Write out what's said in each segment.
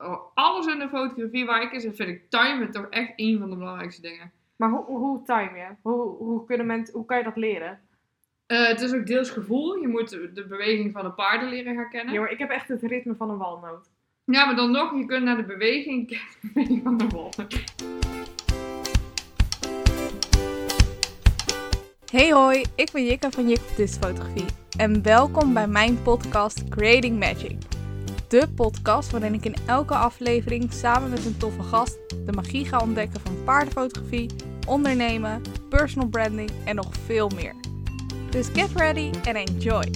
alles in de fotografie waar ik in zit, vind ik timen toch echt een van de belangrijkste dingen. Maar hoe time je? Hoe kan je dat leren? Het is ook deels gevoel. Je moet de beweging van de paarden leren herkennen. Ja, maar ik heb echt het ritme van een walnoot. Ja, maar dan nog, je kunt naar de beweging van de walnoot. Hey hoi, ik ben Jikka van Jikkertist Fotografie en welkom bij mijn podcast Creating Magic. De podcast waarin ik in elke aflevering samen met een toffe gast de magie ga ontdekken van paardenfotografie, ondernemen, personal branding en nog veel meer. Dus get ready and enjoy!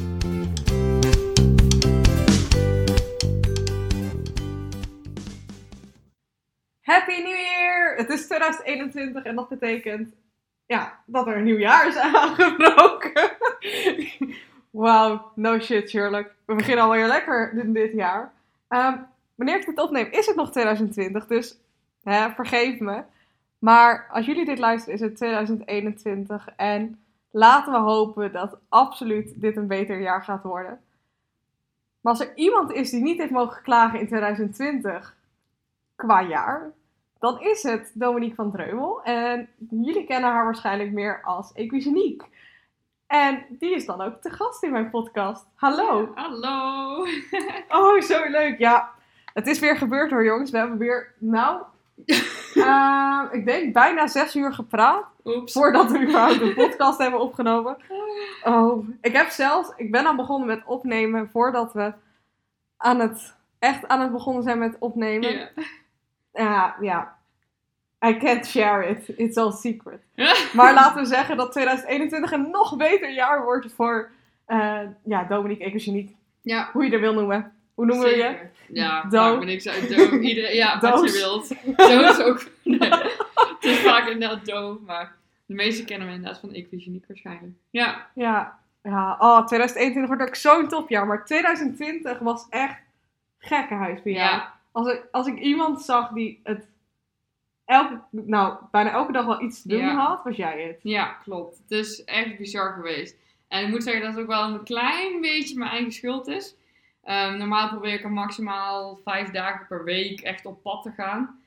Happy New Year! Het is 2021 en dat betekent dat er een nieuw jaar is aangebroken. Wauw, no shit Sherlock. We beginnen alweer lekker in dit jaar. Wanneer ik dit opneem is het nog 2020, dus vergeef me. Maar als jullie dit luisteren is het 2021 en laten we hopen dat absoluut dit een beter jaar gaat worden. Maar als er iemand is die niet heeft mogen klagen in 2020 qua jaar, dan is het Dominique van Dreumel. En jullie kennen haar waarschijnlijk meer als Equigenique. En die is dan ook te gast in mijn podcast. Hallo! Hallo! Oh, zo leuk. Ja, het is weer gebeurd hoor jongens. We hebben weer, ik denk bijna 6 uur gepraat. Oeps. Voordat we überhaupt een podcast hebben opgenomen. Oh, ik ben al begonnen met opnemen voordat we aan het begonnen zijn met opnemen. Ja. I can't share it. It's all secret. Maar laten we zeggen dat 2021 een nog beter jaar wordt voor Dominique Equigenique. Ja. Hoe je er wil noemen. Hoe noemen we je? Ja, Do. maakt me niks uit. Do. Iedereen, wat je wilt. Do is ook... Nee. Het is vaak inderdaad Do, maar de meeste kennen me inderdaad van Equigenique waarschijnlijk. Ja. Ja. Oh, 2021 wordt ook zo'n topjaar. Maar 2020 was echt gekkenhuis bij jou. Ja. Als ik iemand zag die het bijna elke dag wel iets te doen had, was jij het. Ja, klopt. Het is echt bizar geweest. En ik moet zeggen dat het ook wel een klein beetje mijn eigen schuld is. Normaal probeer ik er maximaal 5 dagen per week echt op pad te gaan.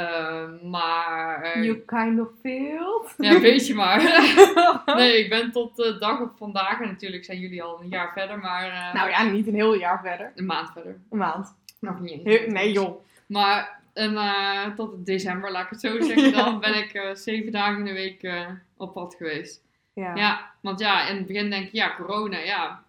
Maar... You kind of failed. Ja, een beetje maar. Nee, ik ben tot de dag op vandaag. En natuurlijk zijn jullie al een jaar verder, maar... niet een heel jaar verder. Een maand verder. Een maand. Nog niet eens. Nee joh. Maar tot december, laat ik het zo zeggen, dan ben ik 7 dagen in de week op pad geweest. Ja, want in het begin denk je, corona,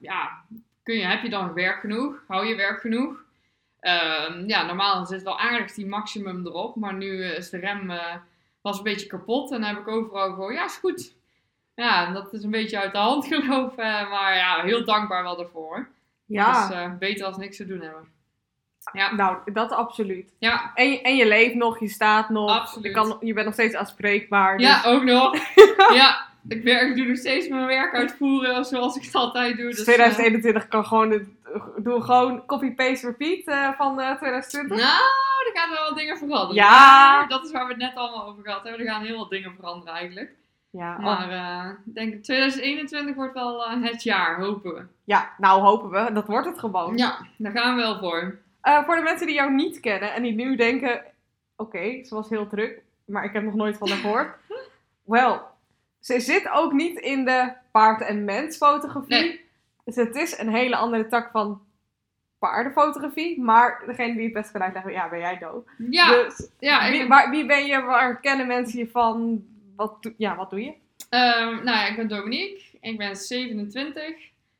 heb je dan werk genoeg? Hou je werk genoeg? Normaal zit wel aardig die maximum erop, maar nu is de rem was een beetje kapot en dan heb ik overal gewoon, is goed. Ja, dat is een beetje uit de hand gelopen, maar heel dankbaar wel daarvoor. Ja. Dus beter als niks te doen hebben. Ja. Nou, dat absoluut. Ja. En je leeft nog, je staat nog. Absoluut. Je bent nog steeds aanspreekbaar. Dus... Ja, ook nog. Ja, ik doe nog steeds mijn werk uitvoeren zoals ik het altijd doe. Dus 2021 kan gewoon copy-paste repeat van 2020. Nou, er gaan wel wat dingen veranderen. Ja. Dat is waar we het net allemaal over gehad hebben. Er gaan heel wat dingen veranderen eigenlijk. Ja. Maar ik denk 2021 wordt wel het jaar, hopen we. Ja, nou hopen we. Dat wordt het gewoon. Ja, daar gaan we wel voor. Voor de mensen die jou niet kennen en die nu denken... Oké, ze was heel druk, maar ik heb nog nooit van haar gehoord. Wel, ze zit ook niet in de paard- en mensfotografie. Nee. Dus het is een hele andere tak van paardenfotografie. Maar degene die het best kan uitleggen, ben jij Do. Ja. Dus, Ja, wie ben je? Waar kennen mensen je van? Wat doe je? Ik ben Dominique. Ik ben 27.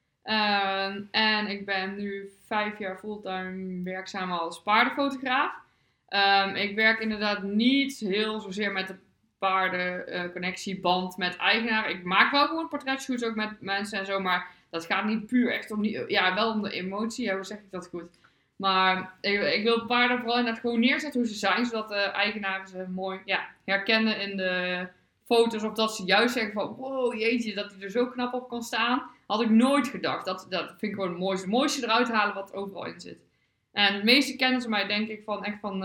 En ik ben nu 5 jaar fulltime werkzaam als paardenfotograaf. Ik werk inderdaad niet heel zozeer met de paardenconnectieband met eigenaar. Ik maak wel gewoon portretshoots ook met mensen en zo, maar dat gaat niet puur echt om die... Ja, wel om de emotie, hoe zeg ik dat goed? Maar ik wil paarden vooral inderdaad gewoon neerzetten hoe ze zijn, zodat de eigenaren ze mooi herkennen in de foto's. Of dat ze juist zeggen van, wow, jeetje, dat hij er zo knap op kan staan. Had ik nooit gedacht. Dat vind ik gewoon het mooiste eruit halen wat er overal in zit. En het meeste kennen ze mij denk ik van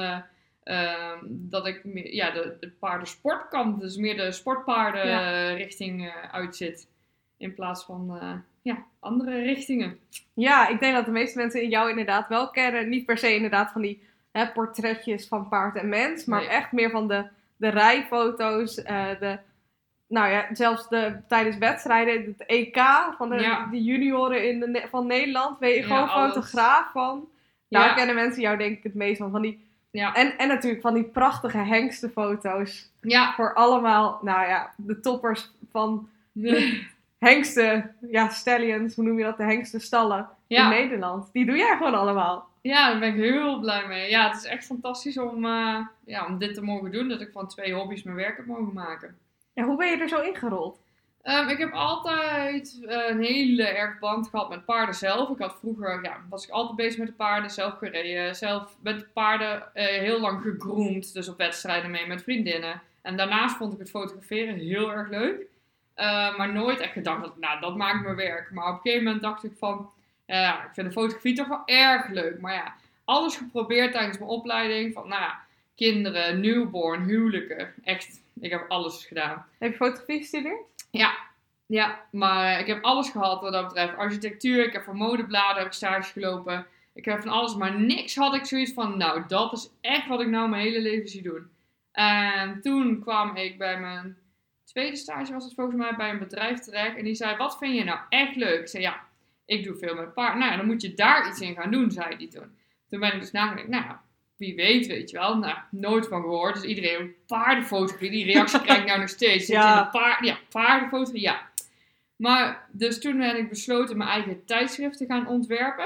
dat ik de paardensportkant, dus meer de sportpaarden richting uitzit. In plaats van andere richtingen. Ja, ik denk dat de meeste mensen jou inderdaad wel kennen. Niet per se inderdaad van die portretjes van paard en mens. Maar Nee. echt meer van de rijfoto's. Zelfs tijdens wedstrijden. Het EK van de junioren van Nederland. Ben je Ja, gewoon alles. fotograaf van. Daar Ja. kennen mensen jou denk ik het meest van die. Ja. En natuurlijk van die prachtige hengstenfoto's. Ja. Voor allemaal, de toppers van hengsten, stallions, hoe noem je dat? De hengstenstallen in Nederland. Die doe jij gewoon allemaal. Ja, daar ben ik heel blij mee. Ja, het is echt fantastisch om dit te mogen doen. Dat ik van 2 hobby's mijn werk heb mogen maken. Ja, hoe ben je er zo ingerold? Ik heb altijd een hele erg band gehad met paarden zelf. Ik had vroeger, was ik altijd bezig met de paarden, zelf gereden. Zelf met de paarden heel lang gegroomd, dus op wedstrijden mee met vriendinnen. En daarnaast vond ik het fotograferen heel erg leuk. Maar nooit echt gedacht, dat maakt mijn werk. Maar op een gegeven moment dacht ik van, ik vind de fotografie toch wel erg leuk. Maar ja, alles geprobeerd tijdens mijn opleiding. Van kinderen, newborn, huwelijken. Echt, ik heb alles gedaan. Heb je fotografie gestudeerd? Ja, maar ik heb alles gehad wat dat betreft. Architectuur, ik heb voor modebladen heb ik stage gelopen. Ik heb van alles, maar niks had ik zoiets van, dat is echt wat ik nou mijn hele leven zie doen. En toen kwam ik bij mijn tweede stage, was het volgens mij, bij een bedrijf terecht. En die zei, wat vind je nou echt leuk? Ik zei, ik doe veel met paard. Dan moet je daar iets in gaan doen, zei die toen. Toen ben ik dus nagedacht, wie weet je wel. Nooit van gehoord. Dus iedereen, paardenfotografie, die reactie krijg ik nou nog steeds. Paardenfotografie, ja. Maar, dus toen ben ik besloten mijn eigen tijdschrift te gaan ontwerpen.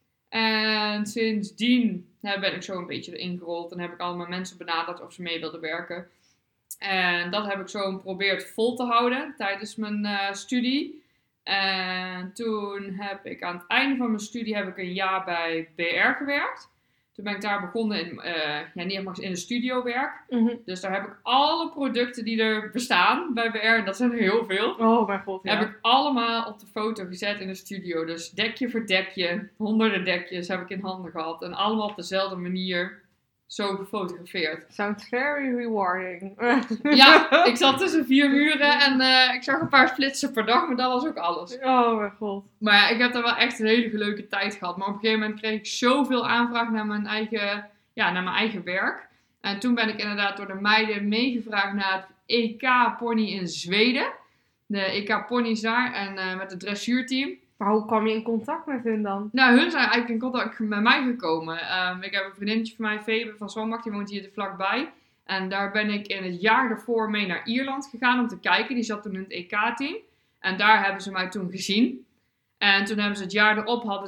En sindsdien ben ik zo een beetje erin gerold. En heb ik allemaal mensen benaderd of ze mee wilden werken. En dat heb ik zo geprobeerd vol te houden tijdens mijn studie. En toen heb ik aan het einde van mijn studie een jaar bij BR gewerkt. Toen ben ik daar begonnen in de studiowerk. Mm-hmm. Dus daar heb ik alle producten die er bestaan bij BR, en dat zijn er heel veel. Oh mijn god, Heb ik allemaal op de foto gezet in de studio. Dus dekje voor dekje, honderden dekjes heb ik in handen gehad. En allemaal op dezelfde manier zo gefotografeerd. Sounds very rewarding. Ja, ik zat tussen 4 muren en ik zag een paar flitsen per dag, maar dat was ook alles. Oh mijn god. Maar ik heb daar wel echt een hele leuke tijd gehad. Maar op een gegeven moment kreeg ik zoveel aanvraag naar mijn eigen werk. En toen ben ik inderdaad door de meiden meegevraagd naar het EK Pony in Zweden. De EK Ponies daar en met het dressuurteam. Maar hoe kwam je in contact met hun dan? Hun zijn eigenlijk in contact met mij gekomen. Ik heb een vriendinnetje van mij, Febe van Zwanbak, die woont hier vlakbij. En daar ben ik in het jaar daarvoor mee naar Ierland gegaan om te kijken. Die zat toen in het EK-team. En daar hebben ze mij toen gezien. En toen hebben ze het jaar erop, wilden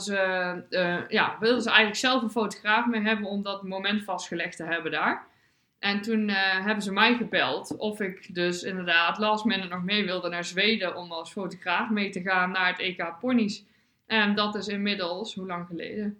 ze eigenlijk zelf een fotograaf mee hebben om dat moment vastgelegd te hebben daar. En toen hebben ze mij gebeld of ik dus inderdaad last minute nog mee wilde naar Zweden om als fotograaf mee te gaan naar het EK Ponies. En dat is inmiddels, hoe lang geleden?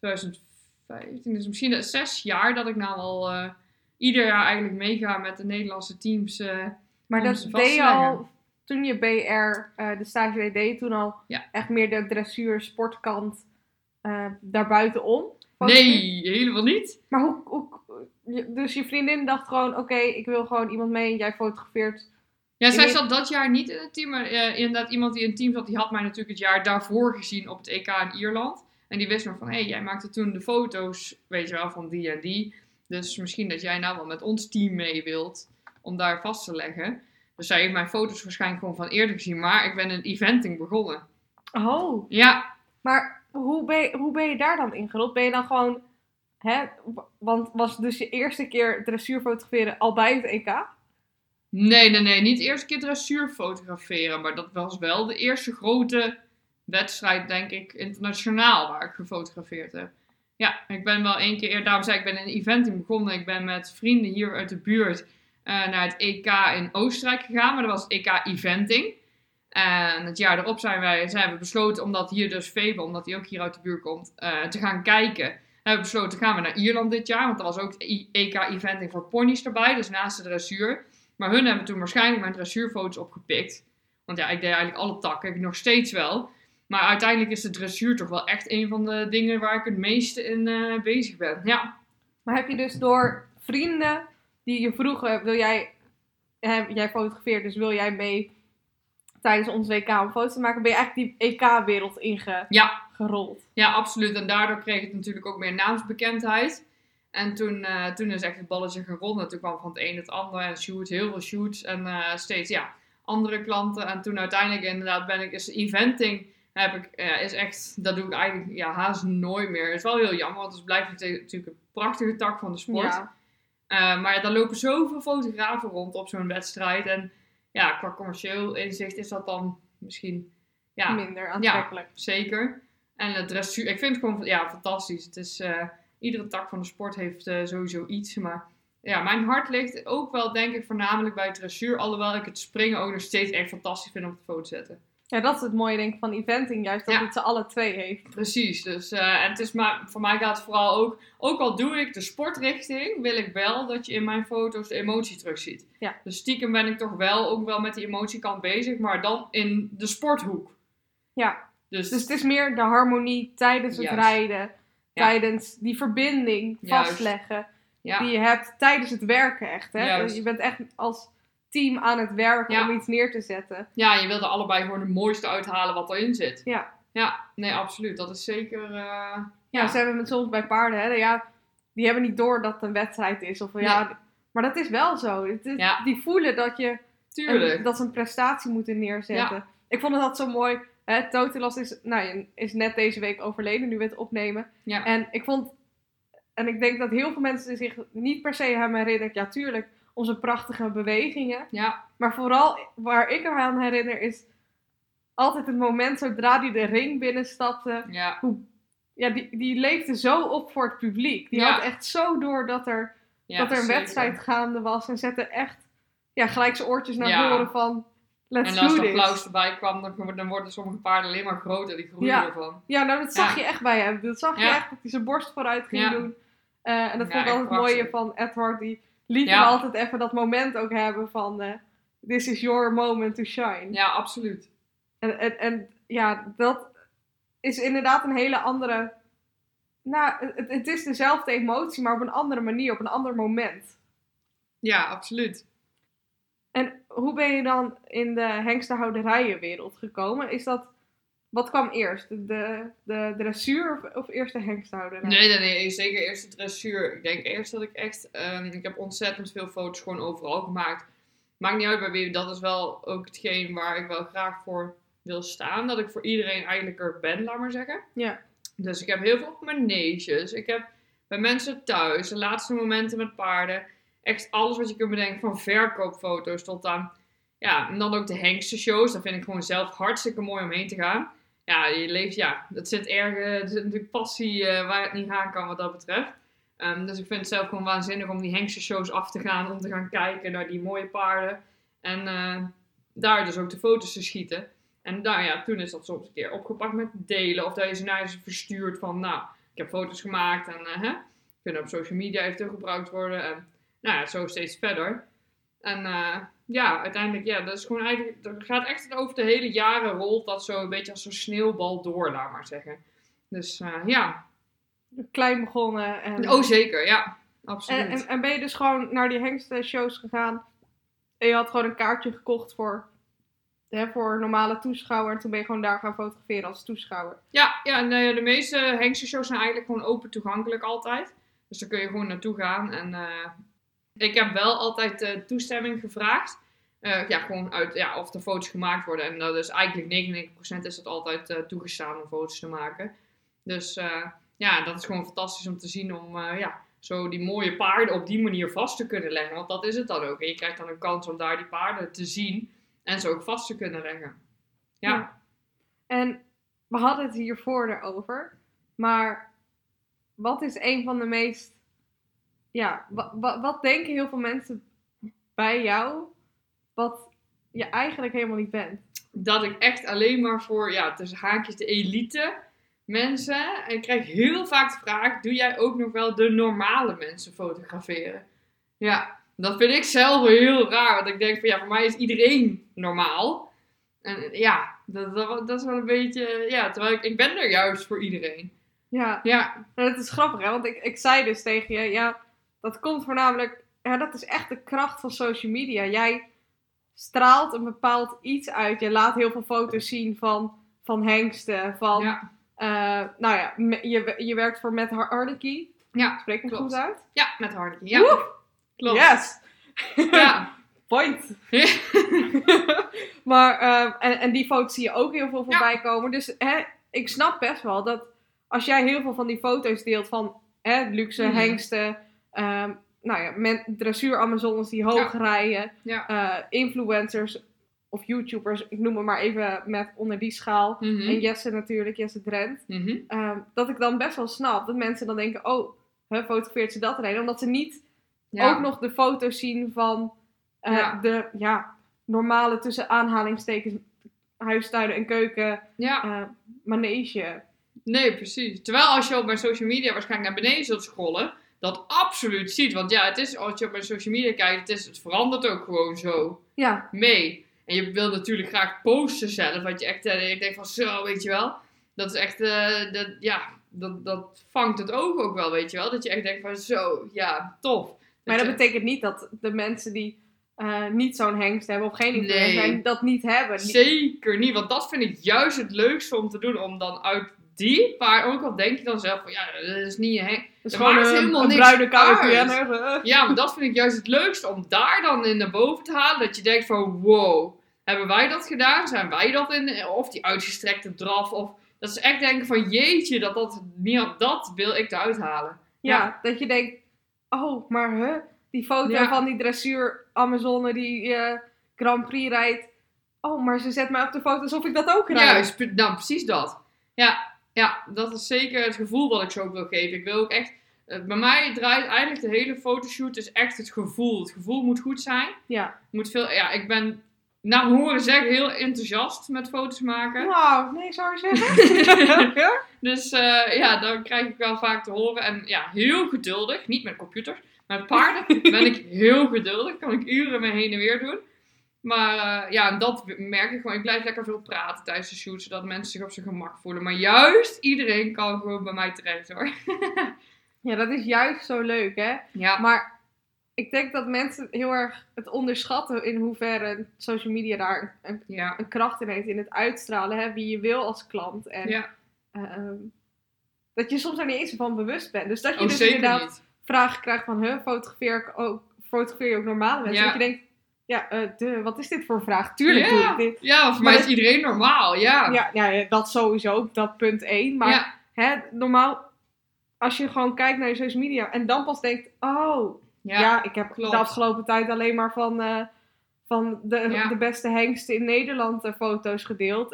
2015, dus misschien 6 jaar dat ik nou al ieder jaar eigenlijk meega met de Nederlandse teams. Maar dat deed je al toen je BR de stage deed, toen al echt meer de dressuur sportkant daarbuitenom? Nee, helemaal niet. Maar dus je vriendin dacht gewoon, oké, ik wil gewoon iemand mee en jij fotografeert. Ja, zij zat dat jaar niet in het team, maar inderdaad iemand die in het team zat, die had mij natuurlijk het jaar daarvoor gezien op het EK in Ierland. En die wist nog van, jij maakte toen de foto's, weet je wel, van die en die. Dus misschien dat jij nou wel met ons team mee wilt, om daar vast te leggen. Dus zij heeft mijn foto's waarschijnlijk gewoon van eerder gezien, maar ik ben in eventing begonnen. Oh. Ja. Maar hoe ben je daar dan ingerold? Ben je dan gewoon, want was dus je eerste keer dressuur fotograferen al bij het EK? Nee, niet de eerste keer dressuur fotograferen, maar dat was wel de eerste grote wedstrijd, denk ik, internationaal waar ik gefotografeerd heb. Ja, ik ben wel 1 keer, daarom zei ik ben in eventing begonnen. Ik ben met vrienden hier uit de buurt naar het EK in Oostenrijk gegaan, maar dat was het EK eventing. En het jaar erop zijn we besloten, omdat hier dus Febe, omdat hij ook hier uit de buurt komt, te gaan kijken. Hebben we besloten, gaan we naar Ierland dit jaar, want er was ook EK eventing voor ponies erbij, dus naast de dressuur. Maar hun hebben toen waarschijnlijk mijn dressuurfoto's opgepikt. Want ik deed eigenlijk alle takken, nog steeds wel. Maar uiteindelijk is de dressuur toch wel echt een van de dingen waar ik het meeste in bezig ben. Ja. Maar heb je dus door vrienden die je vroegen, jij fotografeert, dus wil jij mee tijdens ons WK om foto's te maken, ben je eigenlijk die EK-wereld ingerold? Ja, absoluut. En daardoor kreeg het natuurlijk ook meer naamsbekendheid. En toen is echt het balletje gaan rollen. Toen kwam van het een het ander en heel veel shoots en steeds andere klanten. En toen uiteindelijk inderdaad eventing is echt, dat doe ik eigenlijk haast nooit meer. Het is wel heel jammer, want het blijft natuurlijk een prachtige tak van de sport. Ja. Maar daar lopen zoveel fotografen rond op zo'n wedstrijd. En qua commercieel inzicht is dat dan misschien minder aantrekkelijk. Ja, zeker. En het dressuur, ik vind het gewoon fantastisch. Het is, iedere tak van de sport heeft sowieso iets. Maar mijn hart ligt ook wel denk ik voornamelijk bij het dressuur. Alhoewel ik het springen ook nog steeds echt fantastisch vind om op de foto te zetten. Ja, dat is het mooie denk ik van eventing. Juist dat het ze alle twee heeft. Precies. Dus, en het is voor mij gaat het vooral ook al doe ik de sportrichting, wil ik wel dat je in mijn foto's de emotie terugziet. Ja. Dus stiekem ben ik toch ook wel met die emotiekant bezig, maar dan in de sporthoek. Ja. Dus het is meer de harmonie tijdens het rijden. Tijdens die verbinding vastleggen. Ja. Die je hebt tijdens het werken echt. Hè? Dus je bent echt als team aan het werken om iets neer te zetten. Ja, je wilt er allebei gewoon het mooiste uithalen wat erin zit. Ja. Ja, nee, absoluut. Dat is zeker... ze hebben het soms bij paarden. Hè? Die hebben niet door dat het een wedstrijd is. Of, maar dat is wel zo. Die voelen dat je... dat ze een prestatie moeten neerzetten. Ja. Ik vond het altijd zo mooi... Totilas is net deze week overleden, nu we het opnemen. Ja. En ik denk dat heel veel mensen zich niet per se hebben herinnerd. Ja, tuurlijk, onze prachtige bewegingen. Ja. Maar vooral waar ik me aan herinner is altijd het moment zodra hij de ring binnenstapte. Ja. Die leefde zo op voor het publiek. Die had echt zo door dat er een wedstrijd gaande was. En zette echt gelijk zijn oortjes naar voren van... En als er applaus erbij kwam, dan worden sommige paarden alleen maar groter. Die groeien ervan. Ja, dat zag je echt bij hem. Dat zag je echt dat hij zijn borst vooruit ging doen. En dat vond ik altijd het mooie van Edward. Die liet hem altijd even dat moment ook hebben van... this is your moment to shine. Ja, absoluut. En dat is inderdaad een hele andere... Nou, het is dezelfde emotie, maar op een andere manier, op een ander moment. Ja, absoluut. En hoe ben je dan in de hengstenhouderijenwereld gekomen? Wat kwam eerst? De dressuur of eerst de hengsthouderij? Nee, zeker eerst de dressuur. Ik denk eerst dat ik echt... ik heb ontzettend veel foto's gewoon overal gemaakt. Maakt niet uit bij wie. Dat is wel ook hetgeen waar ik wel graag voor wil staan. Dat ik voor iedereen eigenlijk er ben, laat maar zeggen. Ja. Dus ik heb heel veel op maneges. Ik heb bij mensen thuis, de laatste momenten met paarden... Echt alles wat je kunt bedenken, van verkoopfoto's tot aan... Ja, en dan ook de hengstenshows. Dat vind ik gewoon zelf hartstikke mooi om heen te gaan. Ja, je leeft, dat zit er zit natuurlijk passie waar het niet gaan kan wat dat betreft. Dus ik vind het zelf gewoon waanzinnig om die hengstenshows af te gaan. Om te gaan kijken naar die mooie paarden. En daar dus ook de foto's te schieten. En toen is dat soms een keer opgepakt met delen. Of dat je ze naar ze verstuurt van, ik heb foto's gemaakt. En kunnen op social media eventueel gebruikt worden. En, zo steeds verder. En uiteindelijk, dat is gewoon eigenlijk... Er gaat echt over de hele jaren rolt dat zo een beetje als zo'n sneeuwbal door, laat maar zeggen. Dus Klein begonnen. En... Oh, zeker, ja. Absoluut. En ben je dus gewoon naar die hengstenshows gegaan en je had gewoon een kaartje gekocht voor normale toeschouwer en toen ben je gewoon daar gaan fotograferen als toeschouwer? Ja, en de meeste hengstenshows zijn eigenlijk gewoon open toegankelijk altijd. Dus daar kun je gewoon naartoe gaan en... Ik heb wel altijd toestemming gevraagd. Gewoon uit of er foto's gemaakt worden. En dat is eigenlijk 99% is het altijd toegestaan om foto's te maken. Dus dat is gewoon fantastisch om te zien om zo die mooie paarden op die manier vast te kunnen leggen. Want dat is het dan ook. En je krijgt dan een kans om daar die paarden te zien en ze ook vast te kunnen leggen. Ja. En we hadden het hiervoor erover. Maar wat is een van de meest... Ja, wat denken heel veel mensen bij jou, wat je eigenlijk helemaal niet bent? Dat ik echt alleen maar voor, tussen haakjes de elite mensen, en ik krijg heel vaak de vraag, doe jij ook nog wel de normale mensen fotograferen? Ja, dat vind ik zelf heel raar, want ik denk van voor mij is iedereen normaal. En dat is wel een beetje, terwijl ik ben er juist voor iedereen. Ja. Nou, dat is grappig hè, want ik zei dus tegen je, dat komt voornamelijk, dat is echt de kracht van social media. Jij straalt een bepaald iets uit. Je laat heel veel foto's zien van hengsten. Je werkt voor Matt Hardicke. Ja, Spreek ik het klopt. goed uit? Ja, met Harley. Ja, Woe! klopt. Yes! Ja. Point! Ja. Maar, en die foto's zie je ook heel veel voorbij komen. Dus ik snap best wel dat als jij heel veel van die foto's deelt van luxe hengsten, dressuur Amazones die hoog rijden, influencers of YouTubers, ik noem het maar even met onder die schaal, en Jesse natuurlijk, Jesse Drent, dat ik dan best wel snap dat mensen dan denken, fotografeert ze dat alleen, omdat ze niet ook nog de foto's zien van de normale tussen aanhalingstekens huistuinen en keuken manege. Nee, precies. Terwijl als je op mijn social media waarschijnlijk naar beneden zult scrollen, dat absoluut ziet. Want ja, het is, als je op mijn social media kijkt, het verandert ook gewoon zo mee. En je wil natuurlijk graag posten zelf, wat je echt, ik denk van zo, weet je wel. Dat is echt, dat vangt het oog ook wel, weet je wel. Dat je echt denkt van zo, ja, tof. Maar dat betekent niet dat de mensen die niet zo'n hengst hebben of geen influencer zijn, dat niet hebben. Zeker niet, want dat vind ik juist het leukste om te doen, om dan uit die paar, ook al denk je dan zelf van dat is niet je hengst. Het is gewoon een bruine KWPN. Ja, maar dat vind ik juist het leukste, om daar dan in naar boven te halen, dat je denkt van wow, hebben wij dat gedaan? Zijn wij dat of die uitgestrekte draf, of dat ze echt denken van jeetje, dat wil ik eruit halen. Ja, dat je denkt, maar die foto van die dressuur Amazone die Grand Prix rijdt. Maar ze zet mij op de foto alsof ik dat ook rijd. Juist, nou precies dat. Ja, dat is zeker het gevoel wat ik zo ook wil geven. Ik wil ook echt, bij mij draait eigenlijk de hele fotoshoot is echt het gevoel. Het gevoel moet goed zijn. Ja. Ik ben naar horen zeggen heel enthousiast met foto's maken. Nou, nee, zou je zeggen. Dus dan krijg ik wel vaak te horen. En heel geduldig. Niet met computers. Maar met paarden ben ik heel geduldig. Kan ik uren mee heen en weer doen. Maar en dat merk ik gewoon. Ik blijf lekker veel praten tijdens de shoot. Zodat mensen zich op zijn gemak voelen. Maar juist iedereen kan gewoon bij mij terecht hoor. Ja, dat is juist zo leuk hè. Ja. Maar ik denk dat mensen heel erg het onderschatten in hoeverre social media daar een kracht in heeft. In het uitstralen wie je wil als klant. En dat je soms er niet eens van bewust bent. Dus dat je dus inderdaad niet vragen krijgt van fotografeer je ook normale mensen. Dat je denkt, wat is dit voor een vraag? Tuurlijk doe ik dit. Ja, voor mij is iedereen normaal, ja. Ja, dat sowieso, dat punt 1. Maar normaal, als je gewoon kijkt naar je social media en dan pas denkt, ik heb de afgelopen tijd alleen maar van de beste hengsten in Nederland foto's gedeeld.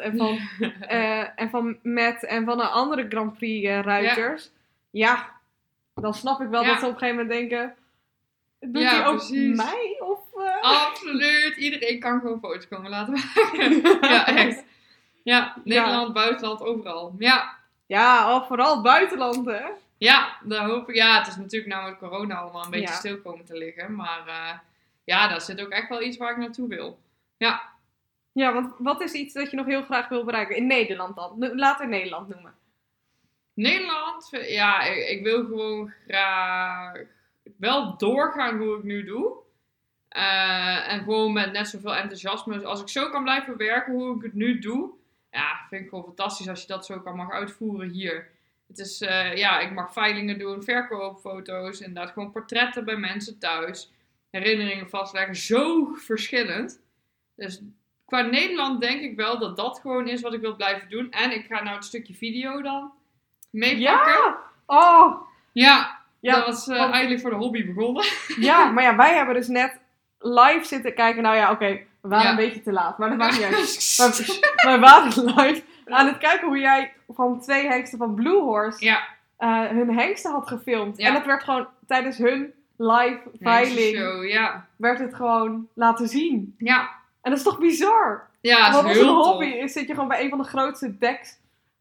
En van Matt en van de andere Grand Prix ruiters. Ja, dan snap ik wel dat ze op een gegeven moment denken, doet hij ook mij? Of, Absoluut, iedereen kan gewoon foto's komen laten maken. Ja, echt. Ja, Nederland, buitenland, overal. Ja, vooral buitenland hè. Ja, daar hoop ik. Ja, het is natuurlijk nou met corona allemaal een beetje stil komen te liggen. Maar daar zit ook echt wel iets waar ik naartoe wil. Ja. Ja, want wat is iets dat je nog heel graag wil bereiken? In Nederland dan? Laten we Nederland noemen. Nederland? Ja, ik wil gewoon graag wel doorgaan hoe ik nu doe. En gewoon met net zoveel enthousiasme. Dus als ik zo kan blijven werken hoe ik het nu doe. Ja, vind ik gewoon fantastisch als je dat zo mag uitvoeren hier. Het is, ik mag veilingen doen, verkoopfoto's, inderdaad gewoon portretten bij mensen thuis. Herinneringen vastleggen, zo verschillend. Dus qua Nederland denk ik wel dat dat gewoon is wat ik wil blijven doen. En ik ga nou het stukje video dan meepakken. Ja! Oh! Ja, dat was eigenlijk voor de hobby begonnen. Ja, maar wij hebben dus net live zitten kijken. Nou ja, oké, we waren een beetje te laat, maar dat maakt niet uit. Wij waren live aan het kijken hoe jij van 2 hengsten van Blue Horse hun hengsten had gefilmd. Ja. En dat werd gewoon tijdens hun live veiling werd het gewoon laten zien. Ja. En dat is toch bizar? Ja, dat is heel tof. hobby. Zit je gewoon bij een van de grootste decks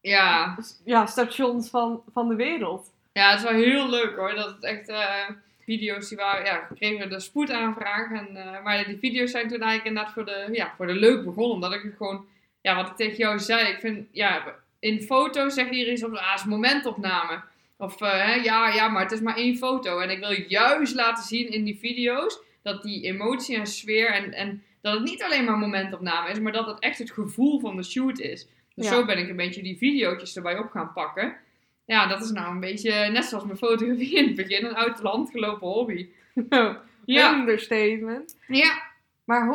stations van de wereld. Ja, het is wel heel leuk hoor. Dat het echt video's die waren, kregen de spoedaanvraag. Maar die video's zijn toen eigenlijk inderdaad voor de leuk begonnen. Omdat ik het gewoon, wat ik tegen jou zei. Ik vind, in foto's zegt iedereen soms, het is een momentopname. Of, maar het is maar 1 foto. En ik wil juist laten zien in die video's dat die emotie en sfeer en dat het niet alleen maar een momentopname is, maar dat het echt het gevoel van de shoot is. Dus zo ben ik een beetje die video's erbij op gaan pakken. Ja, dat is nou een beetje, net zoals mijn fotografie in het begin, een uit de hand gelopen hobby. Ja. Understatement. Ja. Maar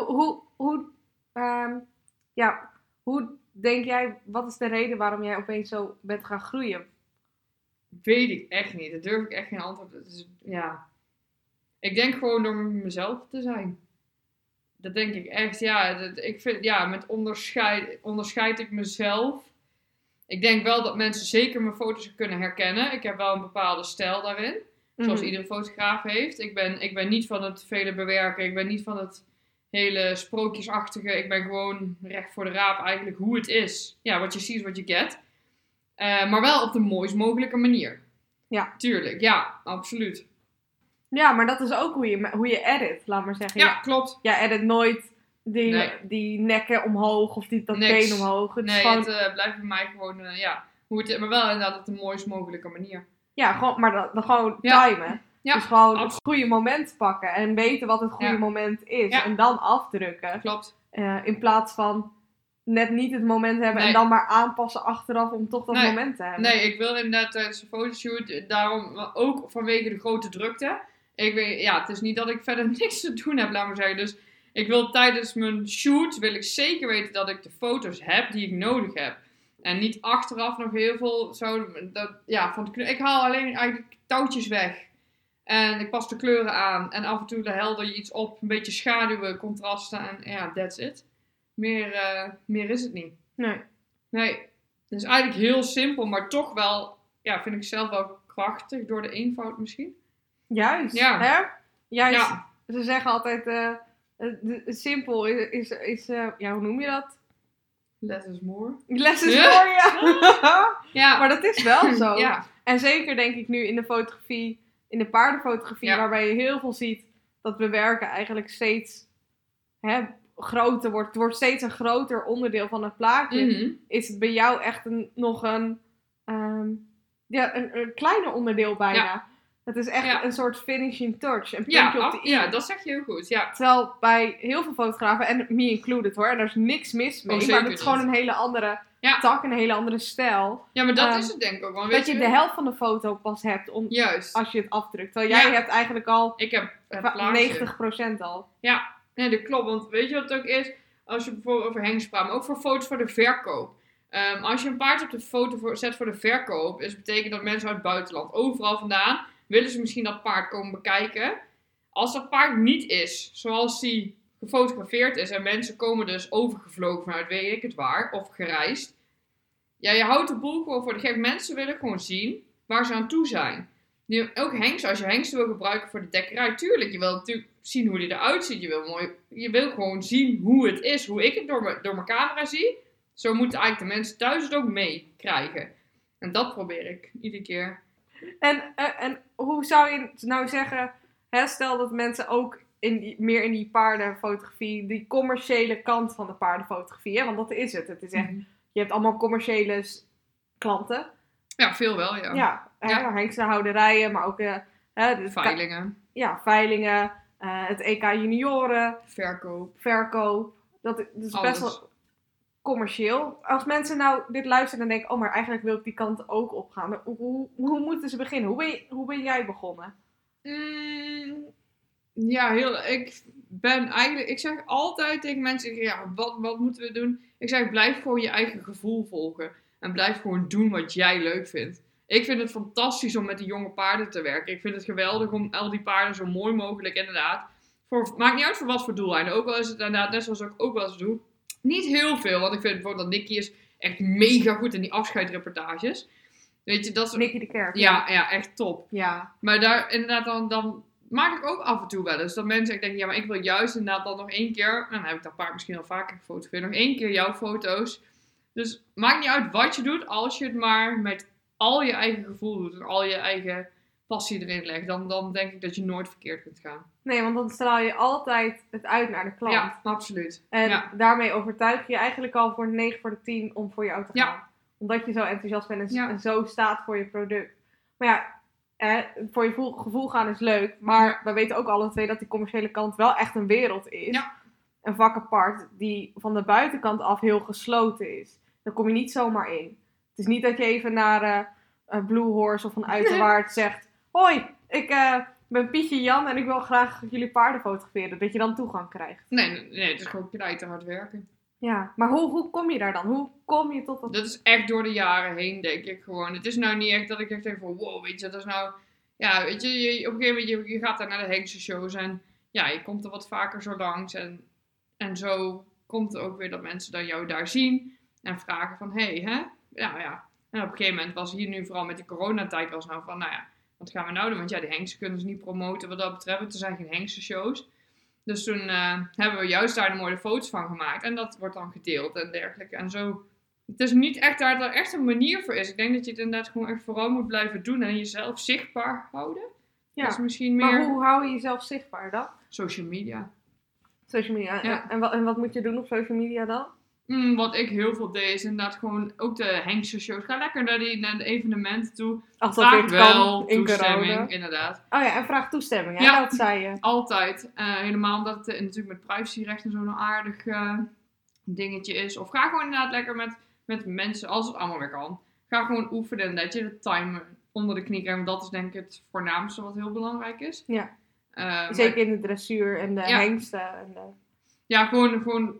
hoe denk jij, wat is de reden waarom jij opeens zo bent gaan groeien? Weet ik echt niet. Dat durf ik echt geen antwoord. Het is, ja. Ik denk gewoon door mezelf te zijn. Dat denk ik echt. Ja, ik vind, ja, met onderscheid ik mezelf. Ik denk wel dat mensen zeker mijn foto's kunnen herkennen. Ik heb wel een bepaalde stijl daarin. Zoals iedere fotograaf heeft. Ik ben niet van het vele bewerken. Ik ben niet van het hele sprookjesachtige. Ik ben gewoon recht voor de raap eigenlijk hoe het is. Ja, wat je ziet is wat je get. Maar wel op de mooist mogelijke manier. Ja. Tuurlijk, ja, absoluut. Ja, maar dat is ook hoe je edit, laat maar zeggen. Ja, klopt. Jij edit nooit die nekken omhoog of dat been omhoog. Het nee, is gewoon... het blijft bij mij gewoon, maar wel inderdaad op de mooist mogelijke manier. Ja, gewoon, maar dan gewoon timen. Ja, dus gewoon het goede moment pakken en weten wat het goede moment is. Ja. En dan afdrukken. Klopt. In plaats van net niet het moment hebben en dan maar aanpassen achteraf om toch dat moment te hebben. Nee, ik wil inderdaad tijdens een fotoshoot, daarom ook vanwege de grote drukte. Het is niet dat ik verder niks te doen heb, laat maar zeggen. Dus ik wil tijdens mijn shoot, wil ik zeker weten dat ik de foto's heb die ik nodig heb. En niet achteraf nog heel veel ik haal alleen eigenlijk touwtjes weg. En ik pas de kleuren aan. En af en toe helder je iets op. Een beetje schaduwen, contrasten. En ja, that's it. Meer is het niet. Nee. Het is eigenlijk heel simpel. Maar toch wel, ja, vind ik zelf wel krachtig. Door de eenvoud misschien. Juist. Ja. Hè? Juist. Ja. Ze zeggen altijd, simpel is hoe noem je dat? Less is more. Less is more, ja. Ja. Maar dat is wel zo. Ja. En zeker denk ik nu in de fotografie, in de paardenfotografie, waarbij je heel veel ziet dat bewerken eigenlijk steeds groter wordt. Het wordt steeds een groter onderdeel van het plaatje. Mm-hmm. Is het bij jou echt nog een kleiner onderdeel bijna. Ja. Het is echt een soort finishing touch. Een puntje op de i. Ja, dat zeg je heel goed. Ja. Terwijl bij heel veel fotografen, en me included hoor, en daar is niks mis mee. Maar het is gewoon een hele andere tak, een hele andere stijl. Ja, maar dat is het denk ik ook wel. Dat je de helft van de foto pas hebt als je het afdrukt. Terwijl jij hebt eigenlijk al ik heb 90% al. Ja, nee, dat klopt. Want weet je wat het ook is? Als je bijvoorbeeld over hengst praat, maar ook voor foto's voor de verkoop. Als je een paard op de foto zet voor de verkoop, betekent dat mensen uit het buitenland, overal vandaan, willen ze misschien dat paard komen bekijken. Als dat paard niet is zoals die gefotografeerd is en mensen komen dus overgevlogen vanuit weet ik het waar, of gereisd. Ja, je houdt de boel gewoon voor de gek. Mensen willen gewoon zien waar ze aan toe zijn. Ook hengsten, als je hengsten wil gebruiken voor de dekkerij, tuurlijk, je wil natuurlijk zien hoe die eruit ziet. Je wil gewoon zien hoe het is, hoe ik het door mijn camera zie. Zo moeten eigenlijk de mensen thuis het ook meekrijgen. En dat probeer ik iedere keer. En hoe zou je nou zeggen, stel dat mensen ook meer in die paardenfotografie, die commerciële kant van de paardenfotografie, want dat is het. Het is echt, je hebt allemaal commerciële klanten. Ja, veel wel, ja. Ja, hengstenhouderijen, maar ook veilingen. Veilingen, het EK junioren. Verkoop. Dat is best wel commercieel. Als mensen nou dit luisteren en denken, maar eigenlijk wil ik die kant ook opgaan. Hoe moeten ze beginnen? Hoe ben jij begonnen? Ik zeg altijd tegen mensen, wat moeten we doen? Ik zeg, blijf gewoon je eigen gevoel volgen. En blijf gewoon doen wat jij leuk vindt. Ik vind het fantastisch om met die jonge paarden te werken. Ik vind het geweldig om al die paarden zo mooi mogelijk inderdaad. Maakt niet uit voor wat voor doeleinden. Ook al is het inderdaad net zoals ik ook wel eens doe. Niet heel veel, want ik vind bijvoorbeeld dat Nicky is echt mega goed in die afscheidreportages. Weet je, dat is... Nicky de Kerk. Ja, echt top. Ja. Maar daar inderdaad dan maak ik ook af en toe wel eens. Dat mensen denken, maar ik wil juist inderdaad dan nog één keer... dan heb ik dat paard misschien al vaker gefotografeerd. Nog één keer jouw foto's. Dus maakt niet uit wat je doet, als je het maar met al je eigen gevoel doet. En al je eigen passie erin legt. Dan denk ik dat je nooit verkeerd kunt gaan. Nee, want dan straal je altijd het uit naar de klant. Ja, absoluut. En daarmee overtuig je eigenlijk al voor 9 voor de 10 om voor jou te gaan. Ja. Omdat je zo enthousiast bent en zo staat voor je product. Maar voor je gevoel gaan is leuk. Maar we weten ook alle twee dat die commerciële kant wel echt een wereld is. Ja. Een vak apart die van de buitenkant af heel gesloten is. Daar kom je niet zomaar in. Het is niet dat je even naar Blue Horse of een uiterwaard zegt... Hoi, ik ben Pietje Jan en ik wil graag jullie paarden fotograferen. Dat je dan toegang krijgt. Nee, het is gewoon te hard werken. Ja, maar hoe kom je daar dan? Hoe kom je tot dat... Dat is echt door de jaren heen, denk ik gewoon. Het is nou niet echt dat ik echt denk van, wow, weet je, dat is nou... Ja, weet je, op een gegeven moment, je gaat daar naar de Hengsten shows en ja, je komt er wat vaker zo langs. En zo komt het ook weer dat mensen dan jou daar zien en vragen van, hey, hè? Ja. En op een gegeven moment was hier nu vooral met de coronatijd was nou van, nou ja, wat gaan we nou doen? Want ja, die hengsten kunnen ze niet promoten wat dat betreft. Er zijn geen hengstenshows. Dus toen hebben we juist daar de mooie foto's van gemaakt. En dat wordt dan gedeeld en dergelijke. En zo. Het is niet echt daar er echt een manier voor is. Ik denk dat je het inderdaad gewoon echt vooral moet blijven doen. En jezelf zichtbaar houden. Ja, dat is misschien meer... maar hoe hou je jezelf zichtbaar dan? Social media. Social media. Ja. En wat moet je doen op social media dan? Wat ik heel veel deed is inderdaad gewoon ook de hengstenshows. Ga lekker naar de evenementen toe. Als dat Vraag weer wel kan in toestemming, corona. inderdaad. Oh ja, en vraag toestemming, hè? Ja. Dat zei je. Altijd. Helemaal omdat het natuurlijk met privacyrechten zo'n aardig dingetje is. Of ga gewoon inderdaad lekker met mensen, als het allemaal weer kan. Ga gewoon oefenen en dat je de timer onder de knie krijgt. Want dat is denk ik het voornaamste wat heel belangrijk is. Ja. Maar- Zeker in de dressuur en de Ja. hengsten. En de... Ja, gewoon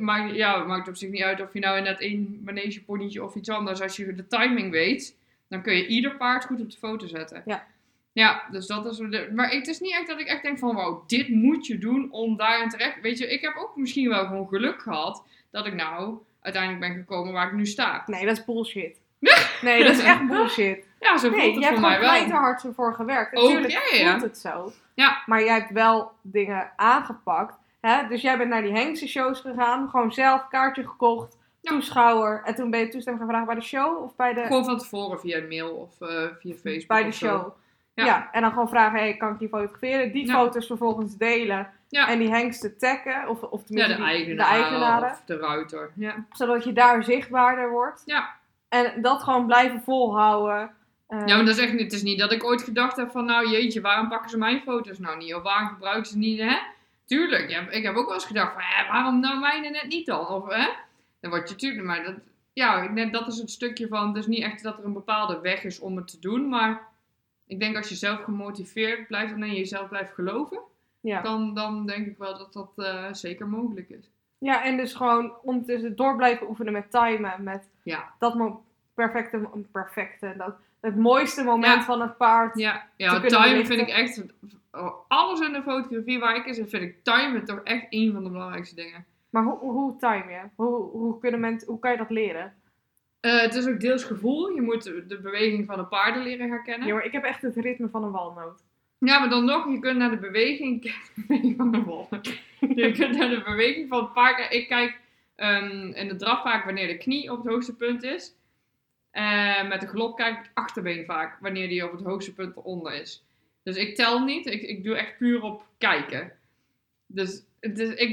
maakt op zich niet uit of je nou inderdaad één manegeponytje of iets anders. Als je de timing weet, dan kun je ieder paard goed op de foto zetten. Ja. Ja, dus dat is... Maar het is niet echt dat ik echt denk van, wow, dit moet je doen om daarin terecht... Weet je, ik heb ook misschien wel gewoon geluk gehad dat ik nou uiteindelijk ben gekomen waar ik nu sta. Nee, dat is bullshit. Nee, dat is echt bullshit. Ja, zo voelt Nee, het je hebt voor mij gewoon wel. knijterhard ervoor gewerkt. Ook, Natuurlijk ja. voelt het zo. Ja. Maar jij hebt wel dingen aangepakt. Hè? Dus jij bent naar die hengstenshows gegaan. Gewoon zelf kaartje gekocht. Ja. Toeschouwer. En toen ben je toestemming gevraagd bij de show? Of bij de... Gewoon van tevoren via mail of via Facebook bij de of zo. show. Ja. Ja. En dan gewoon vragen, hey, kan ik die fotograferen? Die Ja. foto's vervolgens delen. Ja. En die hengsten taggen. Of Ja, tenminste de die- eigenaren of de ruiter. Ja. Zodat je daar zichtbaarder wordt. Ja. En dat gewoon blijven volhouden. Ja, maar dat is echt niet. Het is niet dat ik ooit gedacht heb van, nou jeetje, waarom pakken ze mijn foto's nou niet? Of waarom gebruiken ze niet, hè? Tuurlijk, ja, ik heb ook wel eens gedacht van, waarom nou mijne net niet dan? Of, hè? Dan word je natuurlijk, maar dat, ja, ik denk dat is het stukje van, het is niet echt dat er een bepaalde weg is om het te doen, maar ik denk als je zelf gemotiveerd blijft en in jezelf blijft geloven, Ja. dan denk ik wel dat dat zeker mogelijk is. Ja, en dus gewoon ondertussen door blijven oefenen met timen. Met Ja. dat perfecte, dat het mooiste moment Ja. van het paard. Ja, te ja kunnen timen belichten. vind ik echt, alles in de fotografie waar ik in zit, vind ik timen toch echt een van de belangrijkste dingen. Maar hoe time je? Hoe kan je dat leren? Het is ook deels gevoel. Je moet de beweging van de paarden leren herkennen. Ja, maar ik heb echt het ritme van een walnoot. Ja, maar dan nog, je kunt naar de beweging van de walnoot. Je kunt naar de beweging van het paard. Ik kijk in de draf vaak wanneer de knie op het hoogste punt is. Met de galop kijk ik het achterbeen vaak wanneer die op het hoogste punt eronder is. Dus ik tel niet. Ik doe echt puur op kijken. Dus ik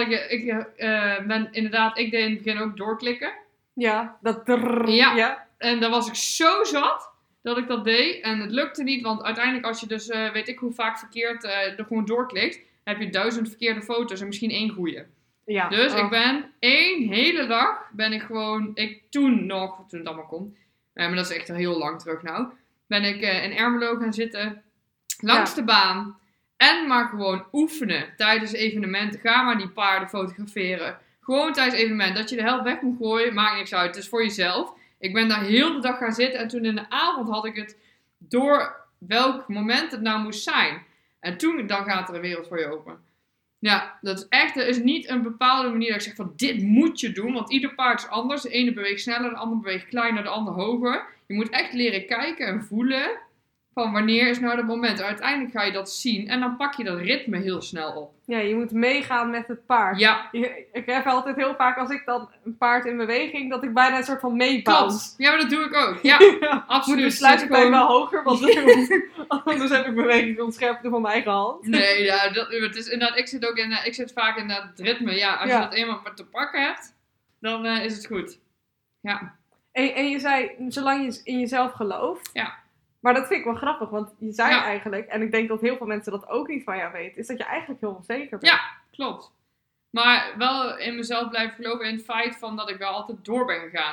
ben inderdaad, ik deed in het begin ook doorklikken. Ja, dat drrrr, Ja. ja. En dan was ik zo zat dat ik dat deed. En het lukte niet, want uiteindelijk als je dus, weet ik hoe vaak verkeerd er gewoon doorklikt, heb je 1000 verkeerde foto's en misschien 1 goede. Ja. Dus Oh. ik ben 1 hele dag, toen het allemaal kon, maar dat is echt al heel lang terug nou, ben ik in Ermelo gaan zitten, langs de baan. En maar gewoon oefenen tijdens evenementen. Ga maar die paarden fotograferen. Gewoon tijdens evenementen. Dat je de helft weg moet gooien, maakt niks uit. Het is voor jezelf. Ik ben daar heel de dag gaan zitten. En toen in de avond had ik het door welk moment het nou moest zijn. En dan gaat er een wereld voor je open. Ja, dat is echt. Er is niet een bepaalde manier dat ik zeg van dit moet je doen. Want ieder paard is anders. De ene beweegt sneller, de andere beweegt kleiner, de andere hoger. Je moet echt leren kijken en voelen. Van wanneer is nou het moment. Uiteindelijk ga je dat zien. En dan pak je dat ritme heel snel op. Ja, je moet meegaan met het paard. Ja, Ik heb altijd heel vaak, als ik dan een paard in beweging, dat ik bijna een soort van meebounce. klopt. Ja, maar dat doe ik ook. Ja, Moet absoluut. de sluitertijd Het is wel gewoon- hoger, want anders heb ik beweging ontscherpte van mijn eigen hand. Nee, ja, het is inderdaad, ik zit vaak in dat ritme. Ja, als je Ja. dat eenmaal te pakken hebt, dan is het goed. Ja. En je zei, zolang je in jezelf gelooft. Ja. Maar dat vind ik wel grappig, want je zei Ja. eigenlijk, en ik denk dat heel veel mensen dat ook niet van jou weten, is dat je eigenlijk heel onzeker bent. Ja. Klopt. Maar wel in mezelf blijven geloven in het feit van dat ik wel altijd door ben gegaan. Dus